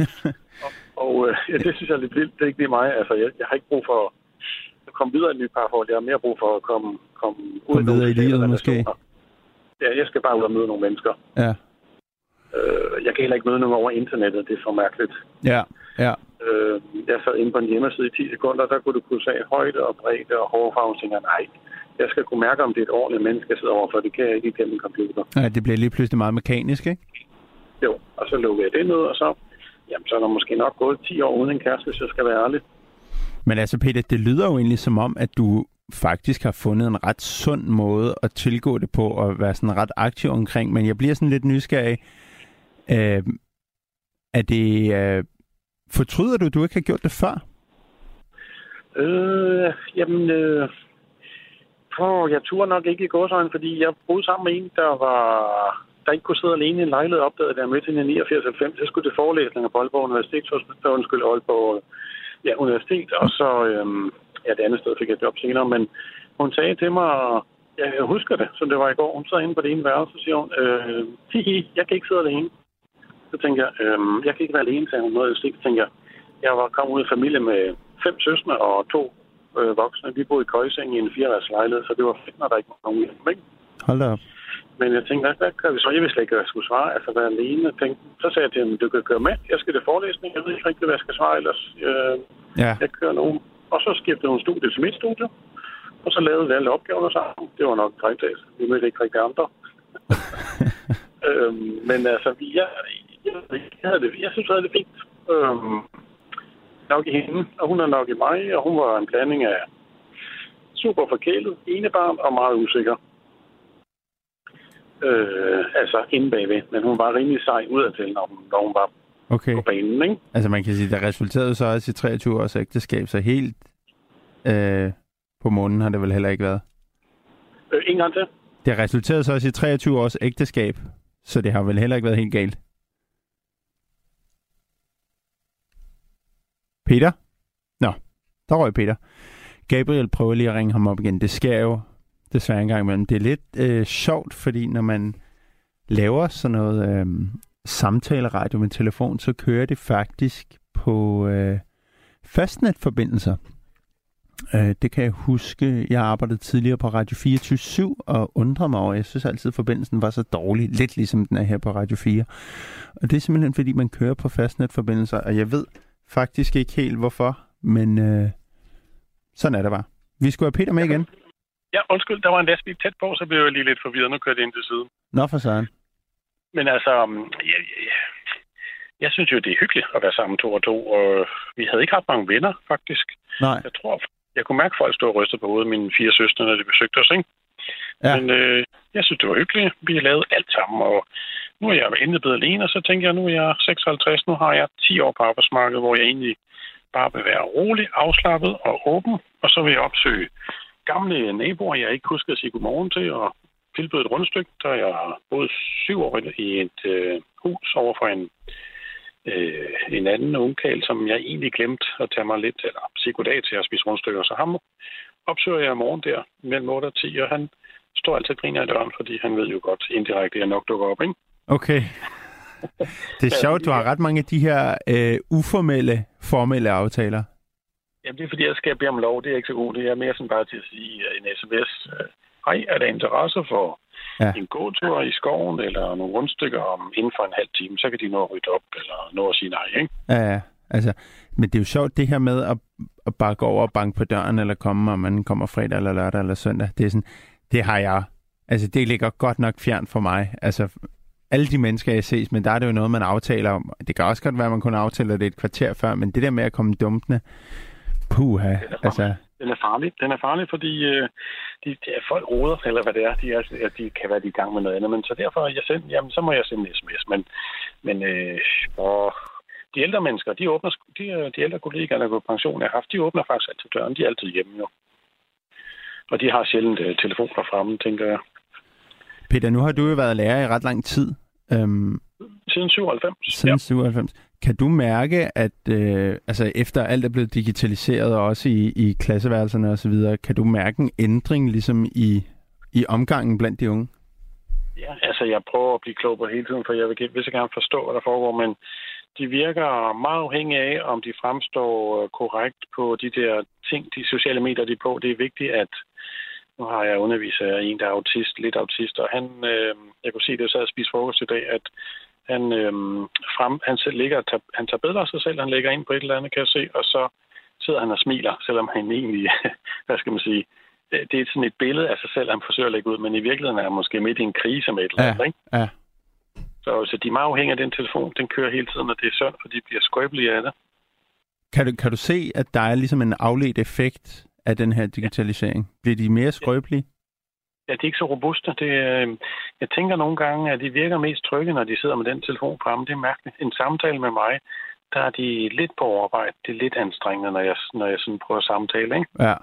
Speaker 4: Det synes jeg er lidt vildt. Det er ikke lige mig. Altså, jeg har ikke brug for at komme videre i et nyt parforhold. Jeg har mere brug for at komme ud
Speaker 2: videre i livet, måske.
Speaker 4: Ja, jeg skal bare ud og møde nogle mennesker.
Speaker 2: Ja.
Speaker 4: Jeg kan heller ikke møde nogen over internettet. Det er for mærkeligt.
Speaker 2: Ja.
Speaker 4: Jeg sad inde på en hjemmeside i 10 sekunder, der kunne du kunne se højde og bredde og hårfarve, og tænker, nej, jeg skal kunne mærke, om det er et ordentligt menneske, jeg sidder overfor. Det kan jeg ikke igennem en computer.
Speaker 2: Ja, det bliver lige pludselig meget mekanisk, ikke?
Speaker 4: Jo, og så lukker jeg det ned, og så er der måske nok gået 10 år uden en kæreste, hvis jeg skal være ærlig.
Speaker 2: Men altså, Peter, det lyder jo egentlig som om, at du faktisk har fundet en ret sund måde at tilgå det på, og være sådan ret aktiv omkring, men jeg bliver sådan lidt nysgerrig. Er det... Fortryder du ikke har gjort det før?
Speaker 4: Jeg turde nok ikke i gåseøjne, fordi jeg boede sammen med en, der ikke kunne sidde alene i en lejlighed, opdagede der med til 89-90. Så skulle det forelæsninger på Aalborg Universitet, Aalborg Universitet, og så det andet sted fik jeg job senere. Men hun sagde til mig, jeg husker det, som det var i går, hun sad inde på det ene værelse, og så siger hun, jeg kan ikke sidde alene. Så tænker jeg, jeg kan ikke være alene, sagde hun noget. Så tænker jeg var kommet ud af familie med 5 søstre og 2 voksne. Vi boede i køjeseng i en 4-værelses lejlighed, så det var fedt, når der ikke var nogen hjemme.
Speaker 2: Hold da op.
Speaker 4: Men jeg tænkte, hvad gør vi så? Jeg vidste ikke, hvad jeg skulle svare. Altså, være alene. Så sagde jeg til ham, du kan køre med. Jeg skal til forelæsning. Jeg ved ikke rigtig, hvad jeg skal svare ellers. Jeg kører nogen. Og så skiftede hun studie til mit studie. Og så lavede vi alle opgaverne sammen. Det var nok 3 dage. Vi mødte ikke rigtig andre. Men altså, jeg synes, jeg havde det fint. Nok i hende, og hun er nok i mig. Og hun var en blanding af super forkælet, enebarn og meget usikker. Altså inde bagved. Men hun var rimelig sej udadtil, når hun var på banen, ikke?
Speaker 2: Altså man kan sige, der resulterede så også i 23 års ægteskab, så helt på månen har det vel heller ikke været?
Speaker 4: En gang til.
Speaker 2: Det resulterede så også i 23 års ægteskab, så det har vel heller ikke været helt galt? Peter? Nå, der røg Peter. Gabriel prøver lige at ringe ham op igen. Det sker jo desværre en gang imellem. Det er lidt sjovt, fordi når man laver sådan noget samtaleradio med telefon, så kører det faktisk på fastnetforbindelser. Det kan jeg huske. Jeg arbejdede tidligere på Radio 24/7 og undrede mig over. Jeg synes altid, at forbindelsen var så dårlig. Lidt ligesom den er her på Radio 4. Og det er simpelthen, fordi man kører på fastnetforbindelser. Og jeg ved faktisk ikke helt, hvorfor. Men sådan er det bare. Vi skulle have Peter med igen.
Speaker 4: Ja, undskyld. Der var en lastbil tæt på, så blev jeg lige lidt forvirret. Nu kører det ind til siden.
Speaker 2: Nå for søren.
Speaker 4: Men altså, jeg synes jo, det er hyggeligt at være sammen 2 og 2. Og vi havde ikke ret mange venner, faktisk.
Speaker 2: Nej.
Speaker 4: Jeg kunne mærke, at folk stod og rystede på hovedet, mine 4 søstre, når de besøgte os, ikke? Ja. Men jeg synes, det var hyggeligt. Vi lavede alt sammen, og nu er jeg endelig blevet alene, og så tænker jeg, nu er jeg 56, nu har jeg 10 år på arbejdsmarkedet, hvor jeg egentlig bare vil være rolig, afslappet og åben, og så vil jeg opsøge gamle naboer, jeg ikke husker at sige godmorgen til, og tilbyde et rundstykke, der jeg boede 7 år i et hus over for en anden ungkarl, som jeg egentlig glemte at tage mig lidt, eller sige goddag til at spise rundstykker. Så ham opsøger jeg i morgen der mellem 8 og 10, og han står altid og griner i døren, fordi han ved jo godt indirekte, at jeg nok dukker op, ikke?
Speaker 2: Okay. Det er sjovt, du har ret mange af de her formelle aftaler.
Speaker 4: Jamen, det er fordi, jeg skal bede om lov. Det er ikke så godt. Det er mere sådan bare til at sige en sms. Hej, er der interesse for en gåtur i skoven, eller nogle rundstykker om inden for en halv time, så kan de nå at rydde op, eller nå at sige nej, ikke?
Speaker 2: Ja. Altså, men det er jo sjovt, det her med at bare gå over og banke på døren, eller komme, og man kommer fredag, eller lørdag, eller søndag. Det er sådan, det har jeg. Altså, det ligger godt nok fjern for mig. Altså, alle de mennesker, jeg ses, men der er det jo noget, man aftaler om. Det kan også godt være, at man kun aftaler det et kvarter før, men det der med at komme dumpende, puha, altså...
Speaker 4: Den er farlig, fordi folk roder, eller hvad det er. De kan være i gang med noget andet. Men så derfor, så må jeg sende en sms. Men de ældre mennesker, de ældre kollegaer, der går på pension, jeg har haft, de åbner faktisk altid døren. De er altid hjemme jo. Og de har sjældent telefoner fremme, tænker jeg.
Speaker 2: Peter, nu har du jo været lærer i ret lang tid.
Speaker 4: Siden 97.
Speaker 2: Siden 97. Kan du mærke, at altså efter alt er blevet digitaliseret, og også i klasseværelserne og så videre, kan du mærke en ændring ligesom i omgangen blandt de unge?
Speaker 4: Ja, altså jeg prøver at blive klog på hele tiden, for jeg vil så gerne forstå, hvad der foregår, men de virker meget afhængige af, om de fremstår korrekt på de der ting, de sociale medier, de er på. Det er vigtigt, at nu har jeg undervist af en, der er lidt autist, og han, jeg kunne se, det sad og spise frokost i dag, at han tager billeder af sig selv, han lægger ind på et eller andet, kan jeg se, og så sidder han og smiler, selvom han egentlig, hvad skal man sige, det er sådan et billede af sig selv, han forsøger at lægge ud, men i virkeligheden er han måske midt i en krise med et eller andet, ikke?
Speaker 2: Ja.
Speaker 4: Så de er meget afhængige af den telefon, den kører hele tiden, og det er synd, for de bliver skrøbelige af det. Kan
Speaker 2: du se, at der er ligesom en afledt effekt af den her digitalisering? Bliver de mere skrøbelige?
Speaker 4: Ja, de er ikke så robuste. Jeg tænker nogle gange, at de virker mest trygge, når de sidder med den telefon fremme. Det er mærkeligt. En samtale med mig, der er de lidt på overarbejde. Det er lidt anstrengende, når jeg sådan prøver at samtale, ikke?
Speaker 2: Ja.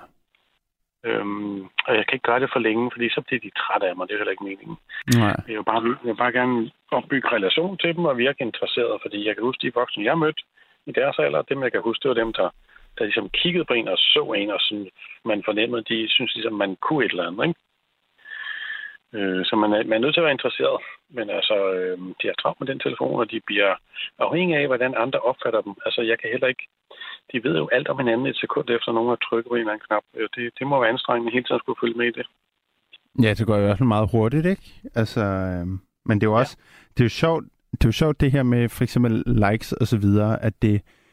Speaker 4: Og jeg kan ikke gøre det for længe, fordi så bliver de trætte af mig. Det er heller ikke meningen.
Speaker 2: Nej.
Speaker 4: Jeg vil bare gerne opbygge relation til dem og virke interesseret, fordi jeg kan huske de voksne, jeg mødte i deres alder. Dem, jeg kan huske, det var dem, der ligesom kiggede på en og så en, og sådan, man fornemmede, de synes ligesom, man kunne et eller andet, ikke? Så man er nødt til at være interesseret. Men altså, de har travlt med den telefon, og de bliver afhængige af, hvordan andre opfatter dem. Altså, jeg kan heller ikke... De ved jo alt om hinanden et sekund efter, nogen har trykket på en eller anden knap. Det må være anstrengende hele tiden at skulle følge med i det.
Speaker 2: Ja, det går jo også meget hurtigt, ikke? Altså, men det er jo også, det er jo sjovt det her med for eksempel likes og så videre, at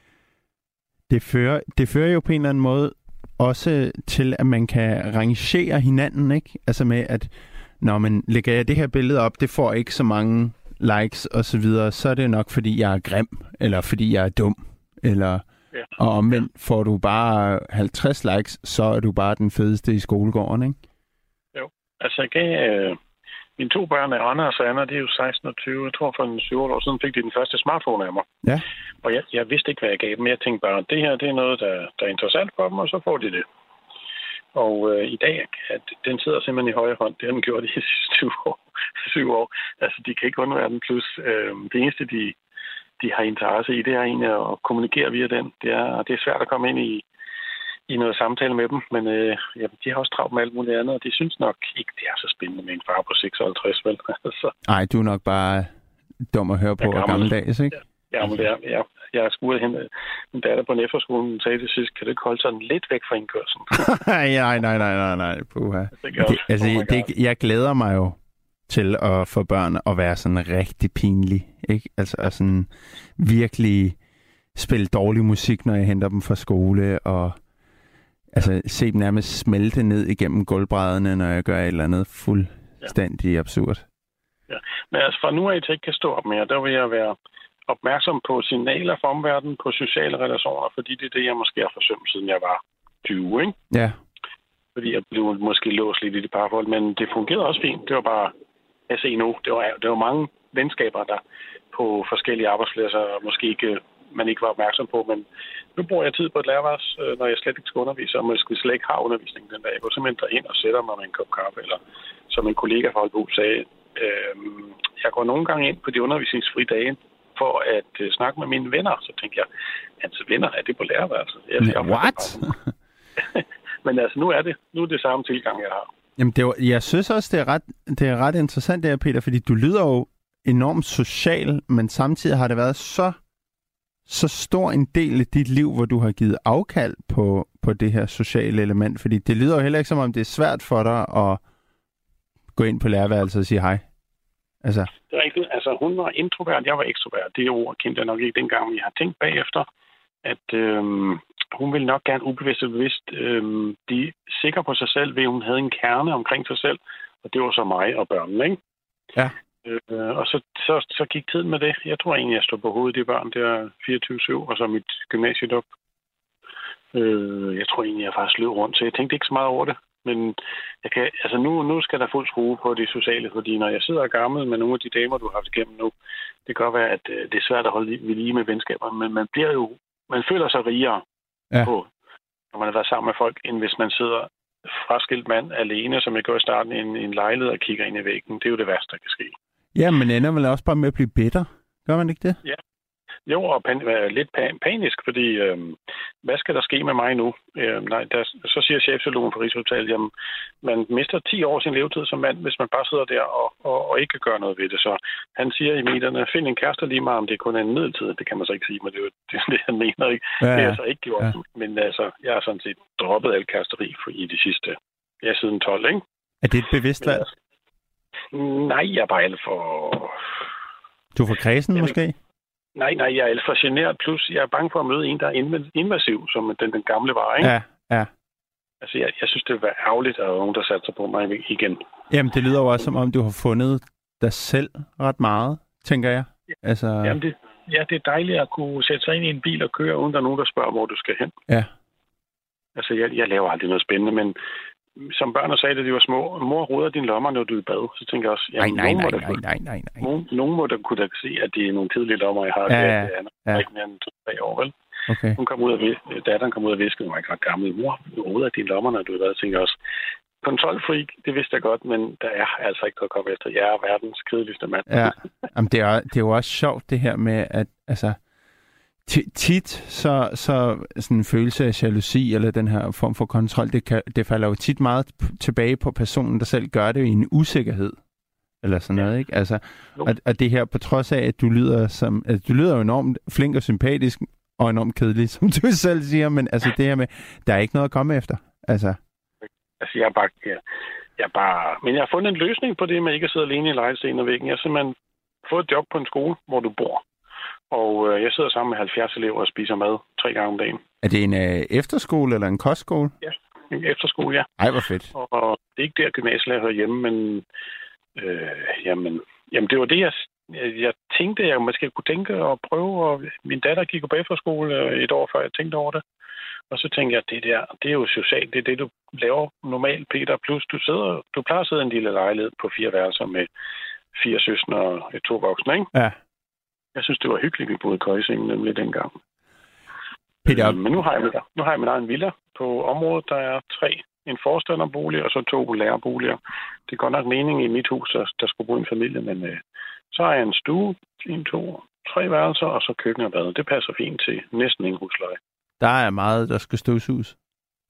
Speaker 2: det fører jo på en eller anden måde også til, at man kan rangere hinanden, ikke? Altså med, at når man lægger det her billede op, det får ikke så mange likes og så videre, så er det nok, fordi jeg er grim, eller fordi jeg er dum, eller... Ja. Og omvendt får du bare 50 likes, så er du bare den fedeste i skolegården, ikke?
Speaker 4: Jo, altså jeg gav mine 2 børn, Anders og Anna, det er jo 16 og 20. Jeg tror for en 7 år siden fik de den første smartphone af mig. Ja. Og jeg vidste ikke, hvad jeg gav dem. Jeg tænkte bare, det her det er noget, der er interessant for dem, og så får de det. Og i dag, at den sidder simpelthen i højre hånd. Det har den gjort i de sidste 7 år. Altså, de kan ikke undvære den. Plus, det eneste, de har interesse i, det er egentlig at kommunikere via den. Det er svært at komme ind i noget samtale med dem, men de har også travlt med alt muligt andet, og de synes nok ikke, det er så spændende med en far på 56, vel?
Speaker 2: Nej, du er nok bare dum at høre på og gammeldags, ikke?
Speaker 4: Ja, men det er. Jeg har skudt hende, min datter på en efterskole, hun sagde til sidst, kan du ikke holde sådan lidt væk fra indkørslen?
Speaker 2: nej. Puha. Jeg glæder mig jo til at få børn at være sådan rigtig pinlig, ikke? Altså at sådan virkelig spille dårlig musik, når jeg henter dem fra skole, og altså se dem nærmest smelte ned igennem gulvbrædderne, når jeg gør et eller andet fuldstændig absurd.
Speaker 4: Ja, men altså fra nu af til ikke kan stå op mere, der vil jeg være opmærksom på signaler fra omverdenen, på sociale relationer, fordi det er det, jeg måske har forsømt, siden jeg var 20, ikke?
Speaker 2: Ja.
Speaker 4: Fordi jeg blev måske låst lidt i det parforhold, men det fungerede også fint. Det var bare, jeg ser nu, det var mange venskaber, der på forskellige arbejdspladser måske ikke, man ikke var opmærksom på, men nu bruger jeg tid på et lærerværelse, når jeg slet ikke skal undervise, og måske slet ikke har undervisning den dag. Jeg går simpelthen ind og sætter mig med en kop kaffe, eller som en kollega fra Holbo sagde, jeg går nogle gange ind på de undervisningsfri dage, for at snakke med mine venner. Så tænker jeg, hans venner, er det på lærerværelset?
Speaker 2: What?
Speaker 4: Men altså, nu er det samme tilgang, jeg har.
Speaker 2: Jamen, jeg synes også, det er ret interessant, det her, Peter, fordi du lyder jo enormt social, men samtidig har det været så stor en del af dit liv, hvor du har givet afkald på det her sociale element, fordi det lyder jo heller ikke, som om det er svært for dig at gå ind på lærerværelset og sige hej. Altså.
Speaker 4: Det er rigtigt. Altså, hun var introvert, jeg var ekstrovert. Det ord kendte jeg nok ikke dengang, vi har tænkt bagefter, at hun ville nok gerne ubevidst og bevidst blive sikker på sig selv, ved at hun havde en kerne omkring sig selv, og det var så mig og børnene, ikke?
Speaker 2: Ja.
Speaker 4: Og så gik tiden med det. Jeg tror egentlig, jeg stod på hovedet i børn, det er 24/7, og så mit gymnasiet op. Jeg tror egentlig, jeg faktisk løb rundt, så jeg tænkte ikke så meget over det. Men nu skal der fuld skrue på det sociale, fordi når jeg sidder og gammel med nogle af de damer, du har haft igennem nu, det kan godt være, at det er svært at holde ved lige med venskaber, men man føler sig rigere på, når man har været sammen med folk, end hvis man sidder fraskilt mand alene, som jeg gør i starten i en lejlighed og kigger ind i væggen. Det er jo det værste, der kan ske. Ja,
Speaker 2: men ender vel også bare med at blive bitter? Gør man ikke det?
Speaker 4: Ja. Jo, og lidt panisk, fordi hvad skal der ske med mig nu? Så siger chefpsykologen for Rigshospitalet, jamen, man mister 10 år sin levetid som mand, hvis man bare sidder der og ikke kan gøre noget ved det. Så han siger i medierne, find en kæreste lige meget, om det kun er en midlertid. Det kan man så ikke sige, men det er det, han mener, ikke? Ja, det er altså ikke gjort. Ja. Men altså, jeg har sådan set droppet alt kæresteri i de sidste, siden 12, ikke?
Speaker 2: Er det et bevidst valg?
Speaker 4: Nej, jeg er bare alt for...
Speaker 2: Du er for kredsen, måske?
Speaker 4: Nej, jeg er alt for generet, plus jeg er bange for at møde en, der er invasiv, som den gamle var, ikke?
Speaker 2: Ja.
Speaker 4: Altså, jeg synes, det var ærgerligt, at der var nogen, der satte sig på mig igen.
Speaker 2: Jamen, det lyder jo også, som om du har fundet dig selv ret meget, tænker jeg. Altså...
Speaker 4: Jamen, det er dejligt at kunne sætte sig ind i en bil og køre, uden der er nogen, der spørger, hvor du skal hen.
Speaker 2: Ja. Altså,
Speaker 4: jeg laver aldrig noget spændende, men som børn sagde, da de var små, mor roder dine lommer, når du er i bad. Så tænker jeg også,
Speaker 2: nej.
Speaker 4: Nogen må da kunne se, at det er nogle tidlige lommer, jeg har.
Speaker 2: Ja.
Speaker 4: Det er ikke mere end 3 år, vel?
Speaker 2: Okay.
Speaker 4: Datteren kom ud og viskede, mig ikke ret gammel. Mor, du roder dine lommer, når du er i bad. Så tænker jeg også, kontrolfreak, det vidste jeg godt, men der er altså ikke noget at komme efter. Jeg er verdens kedeligste mand.
Speaker 2: Ja, jamen, det er jo også sjovt det her med, at altså, tit så sådan en følelse af jalousi eller den her form for kontrol, det falder jo tit meget tilbage på personen, der selv gør det i en usikkerhed eller sådan noget, ikke? Altså, og det her på trods af, at du lyder jo enormt flink og sympatisk og enormt kedelig, som du selv siger, men altså det her med, der er ikke noget at komme efter. Altså,
Speaker 4: jeg er bare... Men jeg har fundet en løsning på det med ikke at sidde alene i lejligheden og væggen. Jeg har simpelthen fået et job på en skole, hvor du bor. Og jeg sidder sammen med 70 elever og spiser mad 3 gange om dagen.
Speaker 2: Er det en efterskole eller en kostskole?
Speaker 4: Ja, en efterskole, ja.
Speaker 2: Ej, hvor fedt.
Speaker 4: Og det er ikke der, gymnasielærer hører hjemme, men jamen, det var det, jeg tænkte, jeg måske kunne tænke og prøve. Og min datter gik på efterskole et år før, jeg tænkte over det. Og så tænkte jeg, det er jo socialt. Det er det, du laver normalt, Peter. Plus, du plejer at sidde i en lille lejlighed på 4 værelser med 4 søstre og 2 voksne, ikke?
Speaker 2: Ja.
Speaker 4: Jeg synes, det var hyggeligt, vi boede i Køjsingen nemlig dengang.
Speaker 2: Peter...
Speaker 4: Men nu har jeg min egen villa på området. Der er 3. En forstanderbolig og så 2 lærerboliger. Det er godt nok meningen i mit hus, at der skulle bo en familie, men så har jeg en stue, 1, 2, 3 værelser, og så køkken og bad. Det passer fint til næsten ingen husleje.
Speaker 2: Der er meget, der skal støvsuges.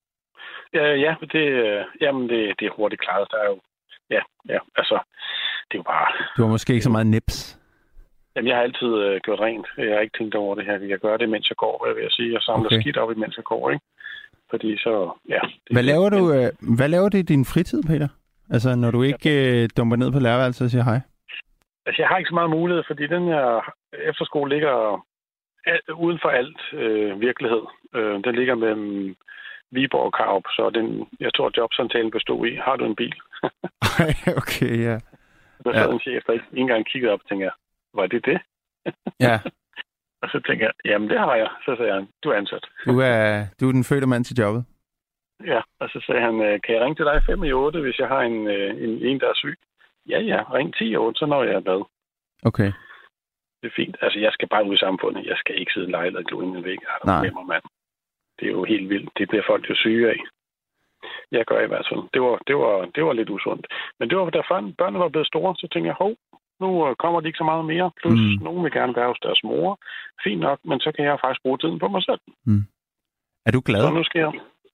Speaker 4: Ja, det er hurtigt klaret. Der er jo, altså, det er jo bare...
Speaker 2: Du har måske ikke så meget nips.
Speaker 4: Jamen, jeg har altid gjort rent. Jeg har ikke tænkt over det her. Jeg gør det, mens jeg går, vil jeg sige. Jeg samler skidt op, imens jeg går, ikke? Fordi så, ja... Hvad laver du i din fritid, Peter? Altså, når du ikke dumper ned på lærerværelset og siger hej? Altså, jeg har ikke så meget mulighed, fordi den her efterskole ligger uden for alt virkelighed. Den ligger mellem Viborg og Karup, så jeg tror, jobsamtalen bestod i, har du en bil?
Speaker 2: Okay, ja.
Speaker 4: Der sad en chef, der ikke engang kiggede op og tænkte, var det det?
Speaker 2: Ja.
Speaker 4: Og så tænkte jeg, jamen det har jeg. Så sagde han, du er ansat.
Speaker 2: Du er den fødte mand til jobbet.
Speaker 4: Ja, og så sagde han, kan jeg ringe til dig 5:08, hvis jeg har en der er syg? Ja, ring 10:08, så når jeg er bad.
Speaker 2: Okay.
Speaker 4: Det er fint. Altså, jeg skal bare ud i samfundet. Jeg skal ikke sidde i lejlighed og glo ind i væk. Nej. Mand. Det er jo helt vildt. Det bliver folk jo syge af. Jeg gør i hvert fald. Det var lidt usundt. Men det var, da børnene var blevet store, så tænkte jeg, nu kommer de ikke så meget mere. Plus, nogen vil gerne være hos deres mor. Fint nok, men så kan jeg faktisk bruge tiden på mig selv.
Speaker 2: Mm. Er du glad?
Speaker 4: Så nu skal jeg...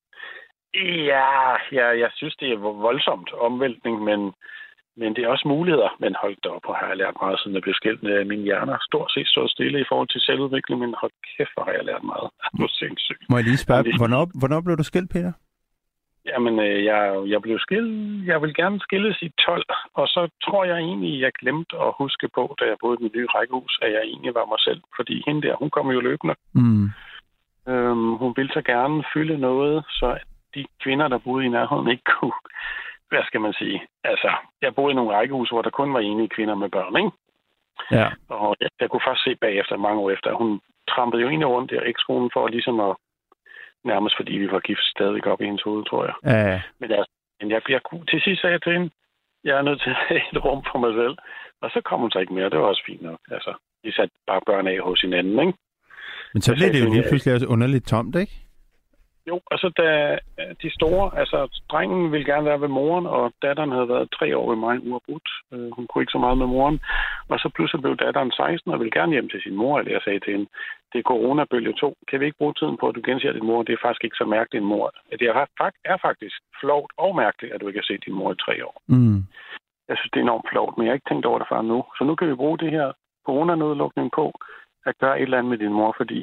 Speaker 4: Ja, jeg synes, det er voldsomt omvæltning, men det er også muligheder. Men hold da op, har jeg lært meget, siden jeg blev skilt. Min hjerne har stort set stået stille i forhold til selvudvikling, men hold kæft, hvor har jeg lært meget. Det er sindssygt.
Speaker 2: Må jeg lige spørge, hvornår blev du skilt, Peter?
Speaker 4: Jamen, jeg blev skilt. Jeg vil gerne skilles i 12, og så tror jeg egentlig, jeg glemte at huske på, da jeg boede i mit nye rækkehus, at jeg egentlig var mig selv. Fordi hende der, hun kom jo løbende. Mm. Hun ville så gerne fylde noget, så de kvinder, der boede i nærheden, ikke kunne... Hvad skal man sige? Altså, jeg boede i nogle rækkehus, hvor der kun var enige kvinder med børn, ikke?
Speaker 2: Ja. Og
Speaker 4: jeg kunne først se bagefter, mange år efter, hun trampede jo egentlig rundt i ekskolen for ligesom at... Nærmest fordi vi var gift stadig op i hendes hoved, tror jeg.
Speaker 2: Ja.
Speaker 4: Men jeg kunne... Til sidst sagde jeg til hende, jeg er nødt til at have et rum for mig selv. Og så kom hun så ikke mere. Det var også fint nok. Altså, de satte bare børn af hos hinanden, ikke?
Speaker 2: Men så blev det jo lige pludselig også underligt tomt, ikke?
Speaker 4: Jo, altså da de store, altså drengen ville gerne være ved moren, og datteren havde været 3 år ved mig uafbrudt. Hun kunne ikke så meget med moren. Og så pludselig blev datteren 16 og ville gerne hjem til sin mor, eller jeg sagde til hende, det er coronabølge 2. Kan vi ikke bruge tiden på, at du genser din mor? Det er faktisk ikke så mærkeligt en mor. Det er faktisk flovt og mærkeligt, at du ikke har set din mor i 3 år. Mm. Jeg synes, det er enormt flovt, men jeg har ikke tænkt over det før nu. Så nu kan vi bruge det her coronanedlukning på at gøre et eller andet med din mor, fordi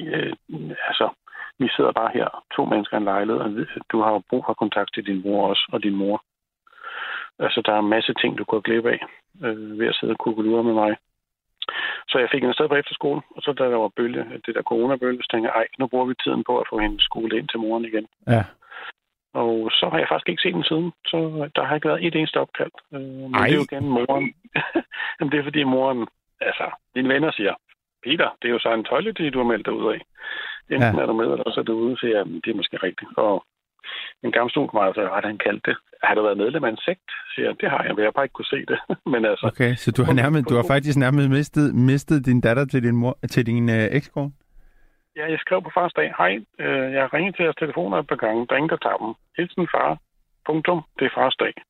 Speaker 4: vi sidder bare her, 2 mennesker i en lejlighed, og du har jo brug for kontakt til din mor også, og din mor. Altså, der er en masse ting, du kunne glip af ved at sidde og kukulure med mig. Så jeg fik en sted på efterskole, og så da der var det der coronabølge, så tænkte jeg, nu bruger vi tiden på at få hende skole ind til moren igen.
Speaker 2: Ja.
Speaker 4: Og så har jeg faktisk ikke set den siden, så der har ikke været et eneste opkald. Men det er jo igen moren. Jamen, det er fordi moren, altså, dine venner siger, Peter, det er jo så en toilet, du har meldt dig ud af. Enten er du med, eller så er du ude, så ja, det er måske rigtigt. Og en gammel stol kommer så hvad han kaldte det. Har du været medlem af en sekt? Siger jeg, det har jeg, men jeg har bare ikke kunne se det. Men altså,
Speaker 2: okay, så du har faktisk nærmest mistet din datter til din ekskone?
Speaker 4: Ja, jeg skrev på fars dag, hej, jeg har ringet til jeres telefoner et par gange, der er ingen, der tager dem. Hilsen far, punktum, det er fars dag.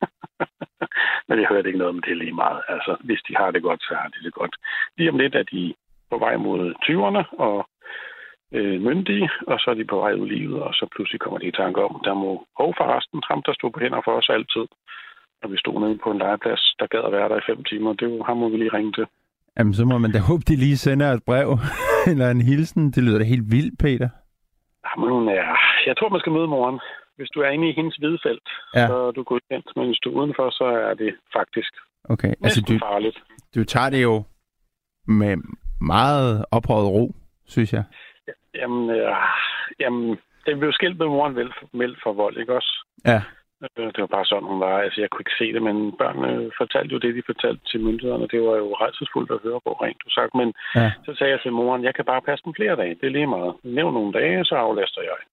Speaker 4: Men jeg hørte ikke noget om det lige meget. Altså, hvis de har det godt, så har de det godt. Lige om lidt er de på vej mod 20'erne og myndige, og så er de på vej ud i livet, og så pludselig kommer de i tanke om, der må forresten, ham der stod på hænder for os altid, og vi stod nede på en legeplads, der gad at være der i 5 timer. Det var ham, må vi lige ringe til.
Speaker 2: Jamen, så må man da håbe, de lige sender et brev eller en hilsen. Det lyder da helt vildt, Peter.
Speaker 4: Jamen, jeg tror, man skal møde moren. Hvis du er inde i hendes hvidefelt, så er du godkendt. Men hvis du er udenfor, så er det faktisk næsten farligt.
Speaker 2: Du tager det jo med meget ophøjet ro, synes jeg.
Speaker 4: Jamen, det blev skilt med moren meldt for vold, ikke også?
Speaker 2: Ja.
Speaker 4: Det var bare sådan, hun var. Altså, jeg kunne ikke se det, men børnene fortalte jo det, de fortalte til myndighederne. Det var jo rædselsfuldt at høre på, rent du sagt. Men så sagde jeg til moren, jeg kan bare passe den flere dage. Det er lige meget. Nævn nogle dage, så aflaster jeg.